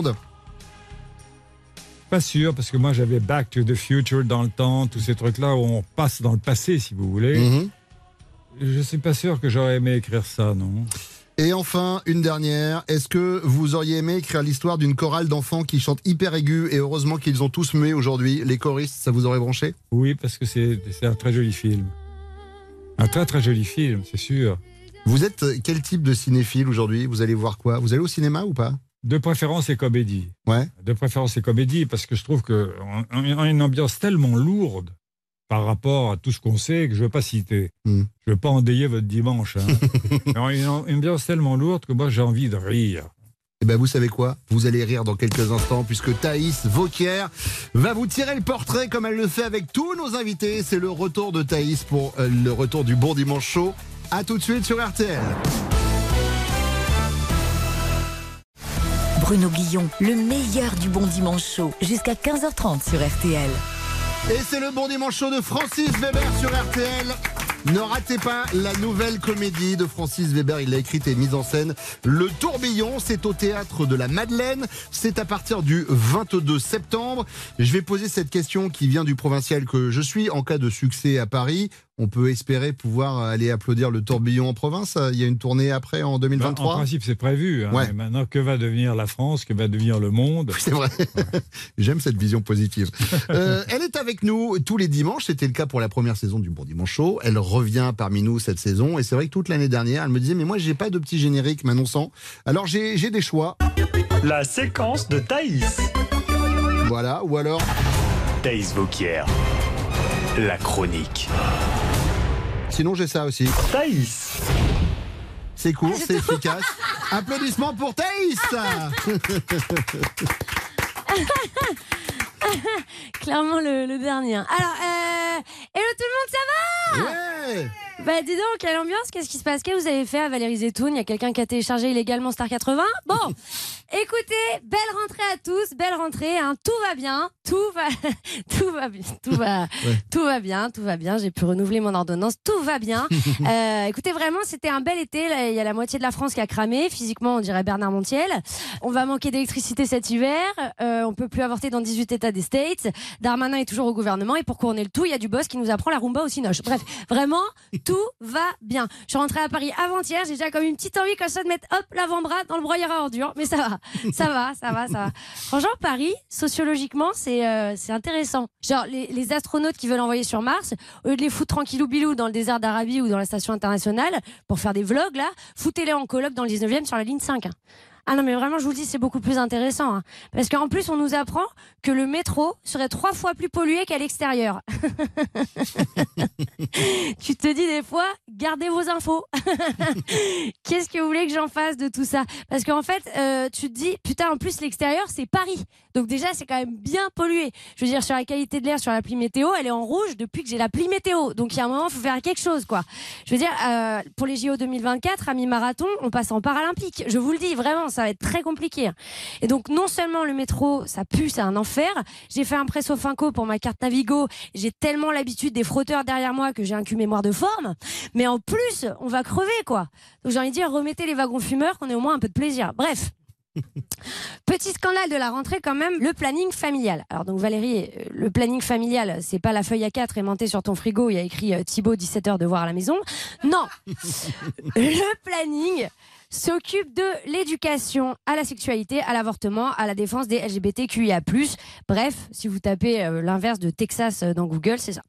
[SPEAKER 11] Pas sûr, parce que moi j'avais Back to the Future dans le temps, tous ces trucs-là où on passe dans le passé, si vous voulez. Je suis pas sûr que j'aurais aimé écrire ça, non.
[SPEAKER 10] Et enfin, une dernière. Est-ce que vous auriez aimé écrire l'histoire d'une chorale d'enfants qui chantent hyper aigu, et heureusement qu'ils ont tous mué aujourd'hui, les choristes, ça vous aurait branché ?
[SPEAKER 11] Oui, parce que c'est un très joli film. Un très très joli film, c'est sûr.
[SPEAKER 10] Vous êtes quel type de cinéphile aujourd'hui ? Vous allez voir quoi ? Vous allez au cinéma ou pas ?
[SPEAKER 11] De préférence et comédie.
[SPEAKER 10] Ouais.
[SPEAKER 11] De préférence et comédie, parce que je trouve qu'on a une ambiance tellement lourde par rapport à tout ce qu'on sait que je ne veux pas citer. Je ne veux pas endayer votre dimanche. Une ambiance tellement lourde que moi j'ai envie de rire.
[SPEAKER 10] Eh ben vous savez quoi ? Vous allez rire dans quelques instants puisque Thaïs Vauquier va vous tirer le portrait comme elle le fait avec tous nos invités. C'est le retour de Thaïs pour le retour du Bon Dimanche Show. A tout de suite sur RTL.
[SPEAKER 1] Bruno Guillon, le meilleur du Bon Dimanche Show, jusqu'à 15h30 sur RTL.
[SPEAKER 10] Et c'est le Bon Dimanche Show de Francis Weber sur RTL. Ne ratez pas la nouvelle comédie de Francis Weber, il l'a écrite et mise en scène. Le Tourbillon, c'est au Théâtre de la Madeleine, c'est à partir du 22 septembre. Je vais poser cette question qui vient du provincial que je suis. En cas de succès à Paris, on peut espérer pouvoir aller applaudir le Tourbillon en province. Il y a une tournée après en 2023 ?
[SPEAKER 11] En principe, c'est prévu. Ouais. Mais maintenant, que va devenir la France ? Que va devenir le monde ?
[SPEAKER 10] C'est vrai. Ouais. J'aime cette vision positive. Elle est avec nous tous les dimanches. C'était le cas pour la première saison du Bon Dimanche Show. Elle revient parmi nous cette saison. Et c'est vrai que toute l'année dernière, elle me disait « Mais moi, j'ai pas de petit générique m'annonçant. » Alors, j'ai des choix.
[SPEAKER 16] La séquence de Thaïs.
[SPEAKER 10] Voilà, ou alors...
[SPEAKER 16] Thaïs Vauquier. La chronique.
[SPEAKER 10] Sinon, j'ai ça aussi.
[SPEAKER 16] Thaïs.
[SPEAKER 10] C'est court, c'est efficace. Applaudissements pour Thaïs.
[SPEAKER 21] Clairement le dernier. Alors, hello tout le monde, ça va ?
[SPEAKER 10] Ouais.
[SPEAKER 21] Bah dis donc, quelle ambiance, qu'est-ce qui se passe ? Qu'est-ce que vous avez fait à Valérie Zetoun ? Il y a quelqu'un qui a téléchargé illégalement Star 80 ? Bon, écoutez, belle rentrée à tous, belle rentrée, hein, tout va bien, tout va bien, j'ai pu renouveler mon ordonnance, tout va bien. Écoutez, vraiment, c'était un bel été, là, il y a la moitié de la France qui a cramé, physiquement on dirait Bernard Montiel. On va manquer d'électricité cet hiver, on peut plus avorter dans 18 États des States, Darmanin est toujours au gouvernement et pour couronner le tout, il y a du boss qui nous apprend apprend la rumba au cinoche. Bref, vraiment, tout va bien. Je suis rentrée à Paris avant-hier, j'ai déjà comme une petite envie comme ça de mettre l'avant-bras dans le broyeur à ordures, mais ça va. Franchement, Paris, sociologiquement, c'est intéressant. Genre, les astronautes qui veulent envoyer sur Mars, au lieu de les foutre tranquillou bilou dans le désert d'Arabie ou dans la station internationale pour faire des vlogs, là, foutez-les en coloc dans le 19e sur la ligne 5. Ah non, mais vraiment, je vous le dis, c'est beaucoup plus intéressant. Hein. Parce qu'en plus, on nous apprend que le métro serait 3 fois plus pollué qu'à l'extérieur. Tu te dis des fois, gardez vos infos. Qu'est-ce que vous voulez que j'en fasse de tout ça? Parce qu'en fait, tu te dis, putain, en plus, l'extérieur, c'est Paris. Donc déjà, c'est quand même bien pollué. Je veux dire, sur la qualité de l'air, sur l'appli météo, elle est en rouge depuis que j'ai l'appli météo. Donc il y a un moment, il faut faire quelque chose, quoi. Je veux dire, pour les JO 2024, à mi-marathon, on passe en paralympique. Je vous le dis, vraiment, ça va être très compliqué. Et donc, non seulement le métro, ça pue, c'est un enfer. J'ai fait un presso finco pour ma carte Navigo. J'ai tellement l'habitude des frotteurs derrière moi que j'ai un cul mémoire de forme. Mais en plus, on va crever, quoi. Donc j'ai envie de dire, remettez les wagons fumeurs, qu'on ait au moins un peu de plaisir. Bref. Petit scandale de la rentrée quand même, le planning familial. Alors donc Valérie, le planning familial, c'est pas la feuille A4 aimantée sur ton frigo, il y a écrit Thibaut 17h devoir à la maison. Non. Le planning s'occupe de l'éducation à la sexualité, à l'avortement, à la défense des LGBTQIA+. Bref, si vous tapez l'inverse de Texas dans Google, c'est ça.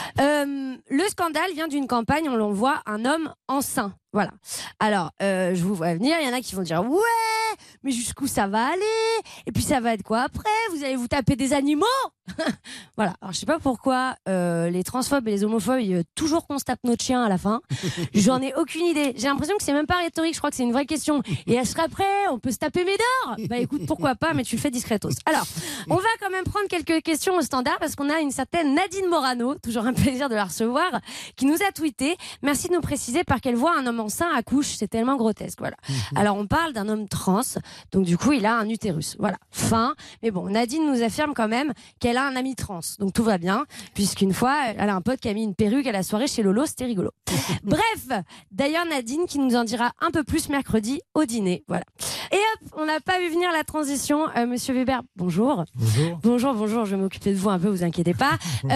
[SPEAKER 21] Le scandale vient d'une campagne, on l'envoie un homme enceint. Voilà. Alors, je vous vois venir, il y en a qui vont dire « Ouais, mais jusqu'où ça va aller? Et puis ça va être quoi après? Vous allez vous taper des animaux ?» Voilà. Alors, je sais pas pourquoi les transphobes et les homophobes toujours qu'on se tape notre chien à la fin. J'en ai aucune idée. J'ai l'impression que c'est même pas rhétorique, je crois que c'est une vraie question. Et est-ce qu'après, on peut se taper Médor? Bah écoute, pourquoi pas, mais tu le fais discretos. Alors, on va quand même prendre quelques questions au standard parce qu'on a une certaine Nadine Morano, toujours un plaisir de la recevoir, qui nous a tweeté. Merci de nous préciser par quelle voie un homme enceint accouche, c'est tellement grotesque. Voilà. Alors on parle d'un homme trans, donc du coup il a un utérus. Voilà, fin. Mais bon, Nadine nous affirme quand même qu'elle a un ami trans, donc tout va bien, puisqu'une fois elle a un pote qui a mis une perruque à la soirée chez Lolo, c'était rigolo. Bref, d'ailleurs Nadine qui nous en dira un peu plus mercredi au dîner. Voilà. Et hop, on n'a pas vu venir la transition. Monsieur Weber, bonjour. Bonjour, je vais m'occuper de vous un peu, vous inquiétez pas.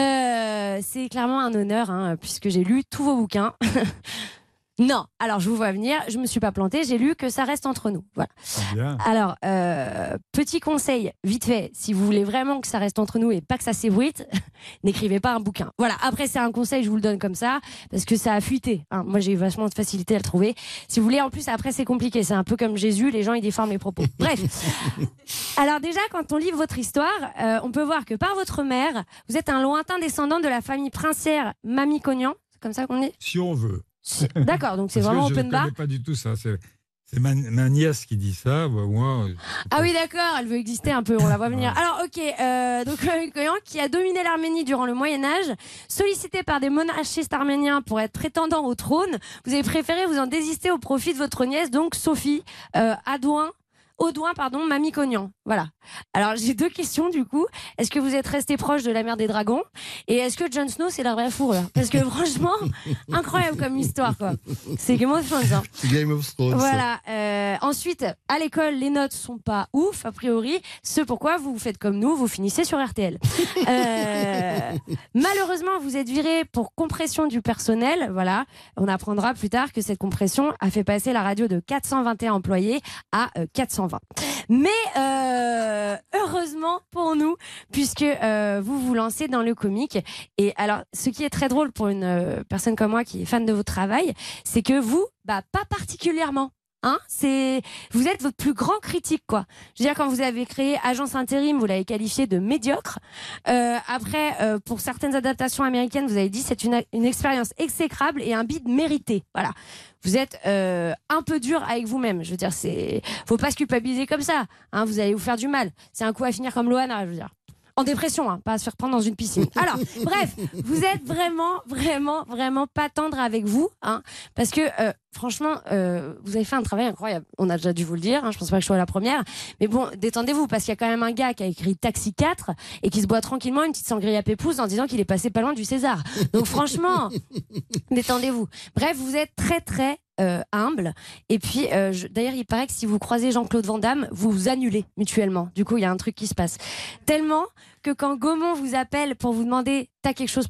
[SPEAKER 21] C'est clairement un honneur, hein, puisque j'ai lu tous vos bouquins. Non, alors je vous vois venir, je me suis pas plantée, j'ai lu que ça reste entre nous. Voilà. Bien. Alors, petit conseil, vite fait, si vous voulez vraiment que ça reste entre nous et pas que ça s'ébruite, n'écrivez pas un bouquin. Voilà, après c'est un conseil, je vous le donne comme ça, parce que ça a fuité. Hein. Moi j'ai eu vachement de facilité à le trouver. Si vous voulez, en plus après c'est compliqué, c'est un peu comme Jésus, les gens ils déforment les propos. Bref. Alors déjà, quand on lit votre histoire, on peut voir que par votre mère, vous êtes un lointain descendant de la famille princière Mamikonian, c'est comme ça qu'on dit ?
[SPEAKER 11] Si on veut.
[SPEAKER 21] D'accord, donc c'est vraiment open bar.
[SPEAKER 11] Je ne connais pas du tout ça. C'est ma nièce qui dit ça. Moi.
[SPEAKER 21] Ah oui, d'accord, elle veut exister un peu, on la voit venir. Ouais. Alors, ok, donc Mamikonian qui a dominé l'Arménie durant le Moyen-Âge, sollicité par des monarchistes arméniens pour être prétendant au trône, vous avez préféré vous en désister au profit de votre nièce, donc Sophie Audouin, Mamikonian. Voilà. Alors, j'ai 2 questions, du coup. Est-ce que vous êtes resté proche de la mer des dragons? Et est-ce que Jon Snow, c'est la vraie fourrure? Parce que franchement, incroyable comme histoire, quoi. C'est Game of Thrones, hein.
[SPEAKER 10] C'est Game of Thrones.
[SPEAKER 21] Voilà. Ensuite, à l'école, les notes sont pas ouf, a priori. Ce pourquoi vous faites comme nous, vous finissez sur RTL. Malheureusement, vous êtes viré pour compression du personnel. Voilà. On apprendra plus tard que cette compression a fait passer la radio de 421 employés à 420. Mais heureusement pour nous, puisque vous vous lancez dans le comique. Et alors, ce qui est très drôle pour une personne comme moi qui est fan de votre travail, c'est que vous, pas particulièrement. Hein, vous êtes votre plus grand critique, quoi. Je veux dire, quand vous avez créé Agence Intérim, vous l'avez qualifié de médiocre. Après, pour certaines adaptations américaines, vous avez dit c'est une expérience exécrable et un bide mérité. Voilà. Vous êtes un peu dur avec vous-même. Je veux dire, faut pas se culpabiliser comme ça. Hein, vous allez vous faire du mal. C'est un coup à finir comme Loana, je veux dire. En dépression, hein, pas à se faire prendre dans une piscine. Alors, bref, vous êtes vraiment pas tendre avec vous, hein, parce que franchement, vous avez fait un travail incroyable. On a déjà dû vous le dire, hein, je pense pas que je sois la première, mais bon, détendez-vous, parce qu'il y a quand même un gars qui a écrit Taxi 4 et qui se boit tranquillement une petite sangria pépouze en disant qu'il est passé pas loin du César. Donc franchement, détendez-vous. Bref, vous êtes très humble. Et puis, d'ailleurs, il paraît que si vous croisez Jean-Claude Van Damme, vous vous annulez mutuellement. Du coup, il y a un truc qui se passe. Tellement que quand Gaumont vous appelle pour vous demander « t'as quelque chose pour moi ?»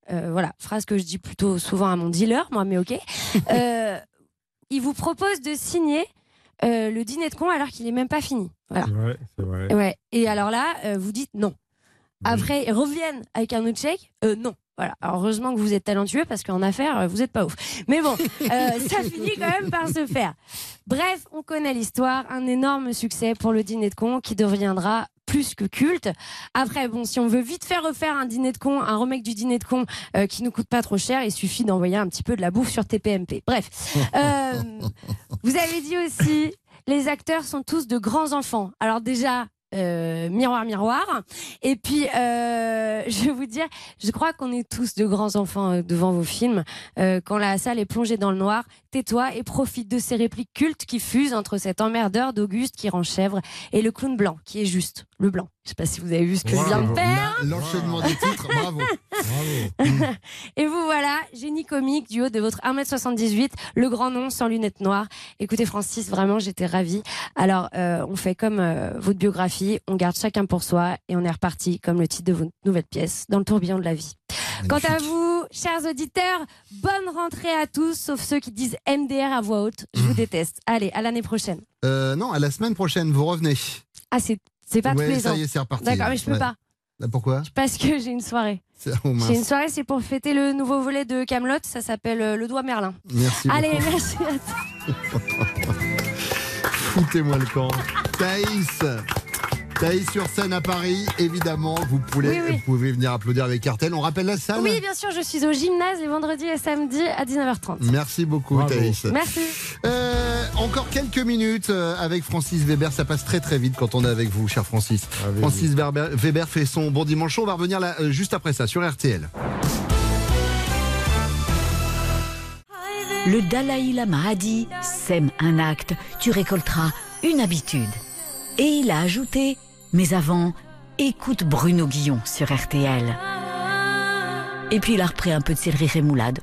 [SPEAKER 21] voilà, phrase que je dis plutôt souvent à mon dealer, moi, mais ok. Il vous propose de signer le dîner de con alors qu'il n'est même pas fini. Voilà.
[SPEAKER 11] C'est vrai.
[SPEAKER 21] Ouais. Et alors là, vous dites non. Après, ils reviennent avec un autre chèque. Non. Voilà. Alors, heureusement que vous êtes talentueux parce qu'en affaires, vous n'êtes pas ouf. Mais bon, ça finit quand même par se faire. Bref, on connaît l'histoire. Un énorme succès pour le dîner de con qui deviendra plus que culte. Après, bon, si on veut vite faire refaire un dîner de con, un remake du dîner de con qui nous coûte pas trop cher, il suffit d'envoyer un petit peu de la bouffe sur TPMP. Bref. Vous avez dit aussi, les acteurs sont tous de grands enfants. Alors déjà, miroir, miroir. Et puis, je vais vous dire, je crois qu'on est tous de grands enfants devant vos films. Quand la salle est plongée dans le noir, tais-toi et profite de ces répliques cultes qui fusent entre cet emmerdeur d'Auguste qui rend chèvre et le clown blanc qui est juste le blanc. Je sais pas si vous avez vu ce que je viens de faire.
[SPEAKER 10] L'enchaînement des titres, bravo.
[SPEAKER 21] Et vous voilà, génie comique du haut de votre 1m78, le grand nom sans lunettes noires. Écoutez Francis, vraiment j'étais ravie. Alors on fait comme votre biographie, on garde chacun pour soi et on est reparti comme le titre de votre nouvelle pièce, dans le tourbillon de la vie. Magnifique. Quant à vous, chers auditeurs, bonne rentrée à tous, sauf ceux qui disent MDR à voix haute. Je vous déteste. Allez, à l'année prochaine.
[SPEAKER 10] Non, à la semaine prochaine, vous revenez.
[SPEAKER 21] Ah, c'est pas tous les ans.
[SPEAKER 10] Ça y est, c'est reparti.
[SPEAKER 21] D'accord, mais je peux pas.
[SPEAKER 10] Pourquoi ?
[SPEAKER 21] Parce que j'ai une soirée. J'ai une soirée, c'est pour fêter le nouveau volet de Kaamelott. Ça s'appelle Le Doigt Merlin.
[SPEAKER 10] Merci.
[SPEAKER 21] Allez,
[SPEAKER 10] beaucoup.
[SPEAKER 21] merci à tous.
[SPEAKER 10] Foutez-moi le camp. Thaïs sur scène à Paris, évidemment, vous pouvez venir applaudir avec Cartel. On rappelle la salle ?
[SPEAKER 21] Oui, bien sûr, je suis au gymnase les vendredis et samedis à 19h30.
[SPEAKER 10] Merci beaucoup, Thaïs.
[SPEAKER 21] Merci.
[SPEAKER 10] Encore quelques minutes avec Francis Weber. Ça passe très très vite quand on est avec vous, cher Francis. Francis Weber fait son bon dimanche chaud. On va revenir là, juste après ça sur RTL.
[SPEAKER 1] Le Dalai Lama a dit « Sème un acte, tu récolteras une habitude ». Et il a ajouté « Mais avant, écoute Bruno Guillon sur RTL ». Et puis il a repris un peu de céleri rémoulade.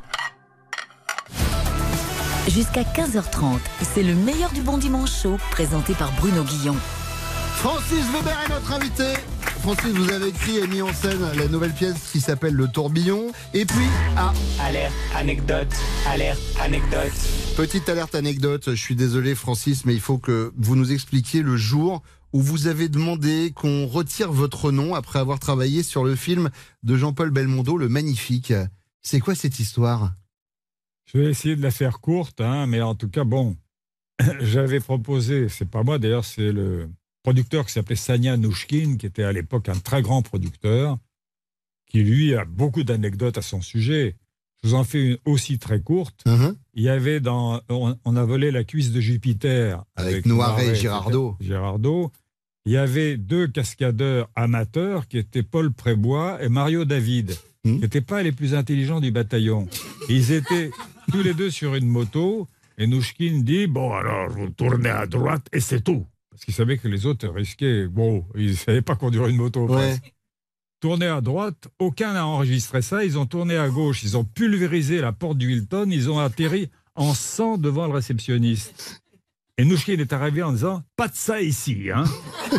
[SPEAKER 1] Jusqu'à 15h30, c'est le meilleur du bon dimanche chaud, présenté par Bruno Guillon.
[SPEAKER 10] Francis Weber est notre invité. Francis, vous avez écrit et mis en scène la nouvelle pièce qui s'appelle Le Tourbillon. Et puis,
[SPEAKER 16] alerte anecdote, alerte anecdote.
[SPEAKER 10] Petite alerte anecdote, je suis désolé Francis, mais il faut que vous nous expliquiez le jour où vous avez demandé qu'on retire votre nom après avoir travaillé sur le film de Jean-Paul Belmondo, Le Magnifique. C'est quoi cette histoire ?
[SPEAKER 11] Je vais essayer de la faire courte, mais en tout cas, bon, j'avais proposé, c'est pas moi d'ailleurs, c'est le producteur qui s'appelait Sania Nouchkine, qui était à l'époque un très grand producteur, qui lui a beaucoup d'anecdotes à son sujet. Je vous en fais une aussi très courte. Il y avait on a volé la cuisse de Jupiter avec
[SPEAKER 10] Noiret et Girardot.
[SPEAKER 11] Il y avait deux cascadeurs amateurs qui étaient Paul Prébois et Mario David, qui n'étaient pas les plus intelligents du bataillon. Et ils étaient tous les deux sur une moto et Nouchkine dit « Bon, alors, vous tournez à droite et c'est tout ». Parce qu'ils savaient que les autres risquaient. Bon, ils ne savaient pas conduire une moto.
[SPEAKER 10] Ouais.
[SPEAKER 11] Tourner à droite, aucun n'a enregistré ça. Ils ont tourné à gauche, ils ont pulvérisé la porte du Hilton, ils ont atterri en sang devant le réceptionniste. Et Nouchkine est arrivé en disant « Pas de ça ici, hein !»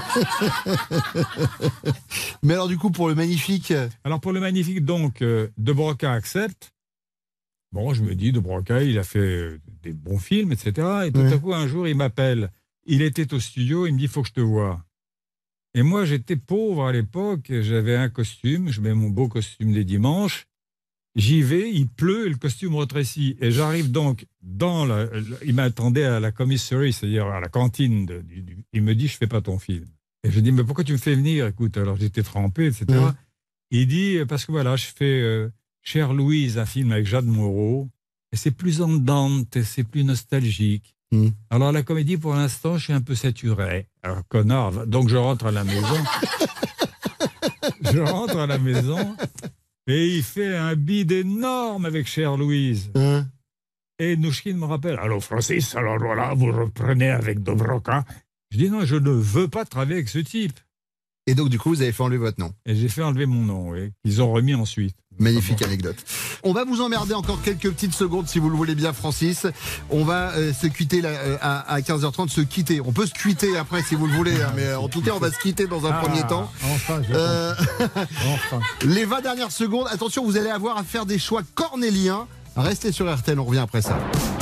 [SPEAKER 10] Mais alors du coup, pour Le Magnifique...
[SPEAKER 11] Alors pour Le Magnifique, donc, De Broca accepte. Bon, je me dis, De Broca, il a fait des bons films, etc. Et tout à coup, un jour, il m'appelle. Il était au studio, il me dit, il faut que je te voie. Et moi, j'étais pauvre à l'époque, j'avais un costume, je mets mon beau costume des dimanches, j'y vais, il pleut et le costume rétrécit. Et j'arrive donc il m'attendait à la commissary, c'est-à-dire à la cantine, il me dit, je fais pas ton film. Et je dis, mais pourquoi tu me fais venir ? Écoute, alors j'étais trempé, etc. Il dit, parce que voilà, je fais Chère Louise, un film avec Jeanne Moreau, et c'est plus en dente, c'est plus nostalgique. Alors la comédie, pour l'instant, je suis un peu saturé. Alors connard, donc je rentre à la maison. Et il fait un bide énorme avec Chère Louise. Et Nouchkine me rappelle, allô Francis, alors voilà, vous reprenez avec De Broca. Je dis non, je ne veux pas travailler avec ce type.
[SPEAKER 10] Et donc du coup, vous avez fait enlever votre nom.
[SPEAKER 11] Et j'ai fait enlever mon nom, oui. Ils ont remis ensuite.
[SPEAKER 10] Magnifique anecdote. On va vous emmerder encore quelques petites secondes si vous le voulez bien, Francis. On va se quitter à 15h30, se quitter. On peut se quitter après si vous le voulez, hein, mais en tout cas on va se quitter dans un premier temps.
[SPEAKER 11] Enfin, enfin.
[SPEAKER 10] Les 20 dernières secondes, attention, vous allez avoir à faire des choix cornéliens. Restez sur RTL, on revient après ça.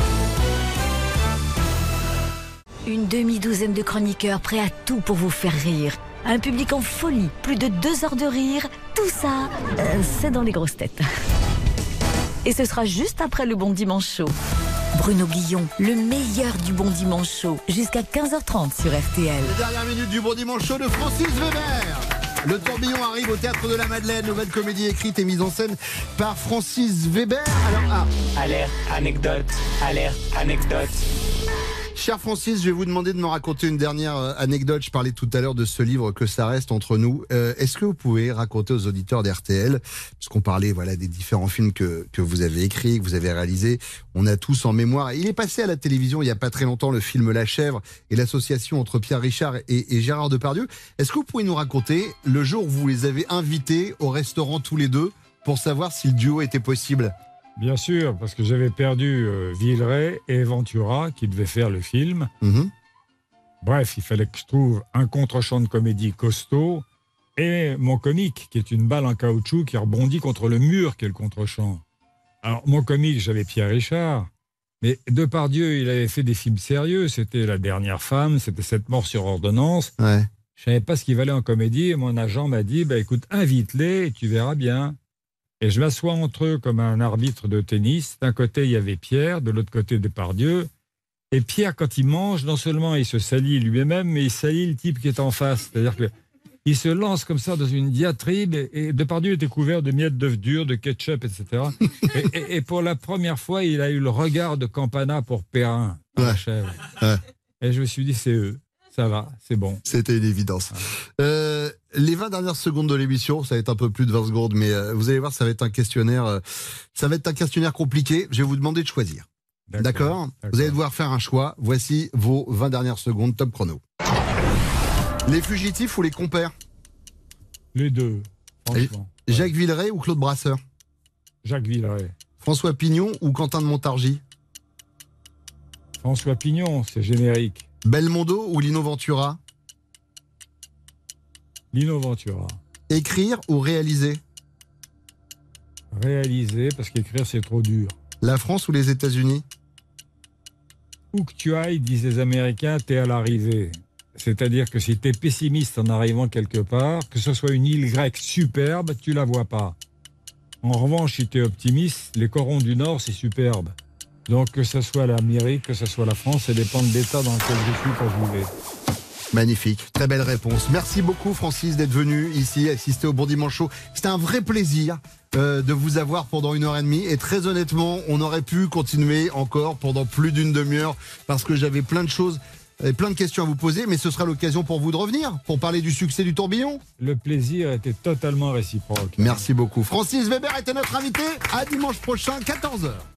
[SPEAKER 1] Une demi-douzaine de chroniqueurs prêts à tout pour vous faire rire. Un public en folie, plus de 2 heures de rire. Tout ça, c'est dans les grosses têtes. Et ce sera juste après le Bon Dimanche Show. Bruno Guillon, le meilleur du Bon Dimanche Show, jusqu'à 15h30 sur RTL.
[SPEAKER 10] Les dernières minutes du Bon Dimanche Show de Francis Weber. Le tourbillon arrive au Théâtre de la Madeleine, nouvelle comédie écrite et mise en scène par Francis Weber. Alors,
[SPEAKER 16] Alerte, anecdote, alerte, anecdote.
[SPEAKER 10] Cher Francis, je vais vous demander de me raconter une dernière anecdote. Je parlais tout à l'heure de ce livre Que ça reste entre nous. Est-ce que vous pouvez raconter aux auditeurs d'RTL, parce qu'on parlait des différents films que vous avez écrits, que vous avez réalisés, on a tous en mémoire. Il est passé à la télévision il n'y a pas très longtemps le film La Chèvre et l'association entre Pierre Richard et Gérard Depardieu. Est-ce que vous pouvez nous raconter le jour où vous les avez invités au restaurant tous les deux pour savoir si le duo était possible ?
[SPEAKER 11] Bien sûr, parce que j'avais perdu Villeray et Ventura qui devaient faire le film. Bref, il fallait que je trouve un contre-champ de comédie costaud et mon comique, qui est une balle en caoutchouc qui rebondit contre le mur qui est le contre-champ. Alors, mon comique, j'avais Pierre Richard, mais Depardieu, il avait fait des films sérieux. C'était La Dernière Femme, c'était 7 morts sur ordonnance.
[SPEAKER 10] Ouais.
[SPEAKER 11] Je savais pas ce qu'il valait en comédie et mon agent m'a dit, écoute, invite-les et tu verras bien. Et je m'assois entre eux comme un arbitre de tennis. D'un côté, il y avait Pierre, de l'autre côté, Depardieu. Et Pierre, quand il mange, non seulement il se salit lui-même, mais il salit le type qui est en face. C'est-à-dire qu'il se lance comme ça dans une diatribe et Depardieu était couvert de miettes d'œufs durs, de ketchup, etc. et pour la première fois, il a eu le regard de Campana pour Perrin, la chèvre.
[SPEAKER 10] Ouais.
[SPEAKER 11] Et je me suis dit, c'est eux. Ça va, c'est bon.
[SPEAKER 10] C'était une évidence. Les 20 dernières secondes de l'émission, ça va être un peu plus de 20 secondes, mais vous allez voir, ça va être un questionnaire compliqué. Je vais vous demander de choisir. D'accord. Vous allez devoir faire un choix. Voici vos 20 dernières secondes, top chrono. Les fugitifs ou les compères ?
[SPEAKER 11] Les deux, franchement.
[SPEAKER 10] Jacques Villeray ou Claude Brasseur ?
[SPEAKER 11] Jacques Villeray.
[SPEAKER 10] François Pignon ou Quentin de Montargis ?
[SPEAKER 11] François Pignon, c'est générique.
[SPEAKER 10] Belmondo ou Lino Ventura ?
[SPEAKER 11] Lino Ventura.
[SPEAKER 10] Écrire ou réaliser ?
[SPEAKER 11] Réaliser, parce qu'écrire, c'est trop dur.
[SPEAKER 10] La France ou les États-Unis ?
[SPEAKER 11] Où que tu ailles, disent les Américains, t'es à l'arrivée. C'est-à-dire que si t'es pessimiste en arrivant quelque part, que ce soit une île grecque superbe, tu la vois pas. En revanche, si t'es optimiste, les corons du Nord, c'est superbe. Donc que ce soit l'Amérique, que ce soit la France, ça dépend de l'état dans lequel je suis quand je vais.
[SPEAKER 10] Magnifique, très belle réponse. Merci beaucoup Francis d'être venu ici assister au Bon Dimanche Show. C'était un vrai plaisir de vous avoir pendant 1h30 et très honnêtement, on aurait pu continuer encore pendant plus d'une demi-heure parce que j'avais plein de choses et plein de questions à vous poser, mais ce sera l'occasion pour vous de revenir pour parler du succès du tourbillon.
[SPEAKER 11] Le plaisir était totalement réciproque.
[SPEAKER 10] Merci beaucoup. Francis Weber était notre invité. À dimanche prochain, 14h.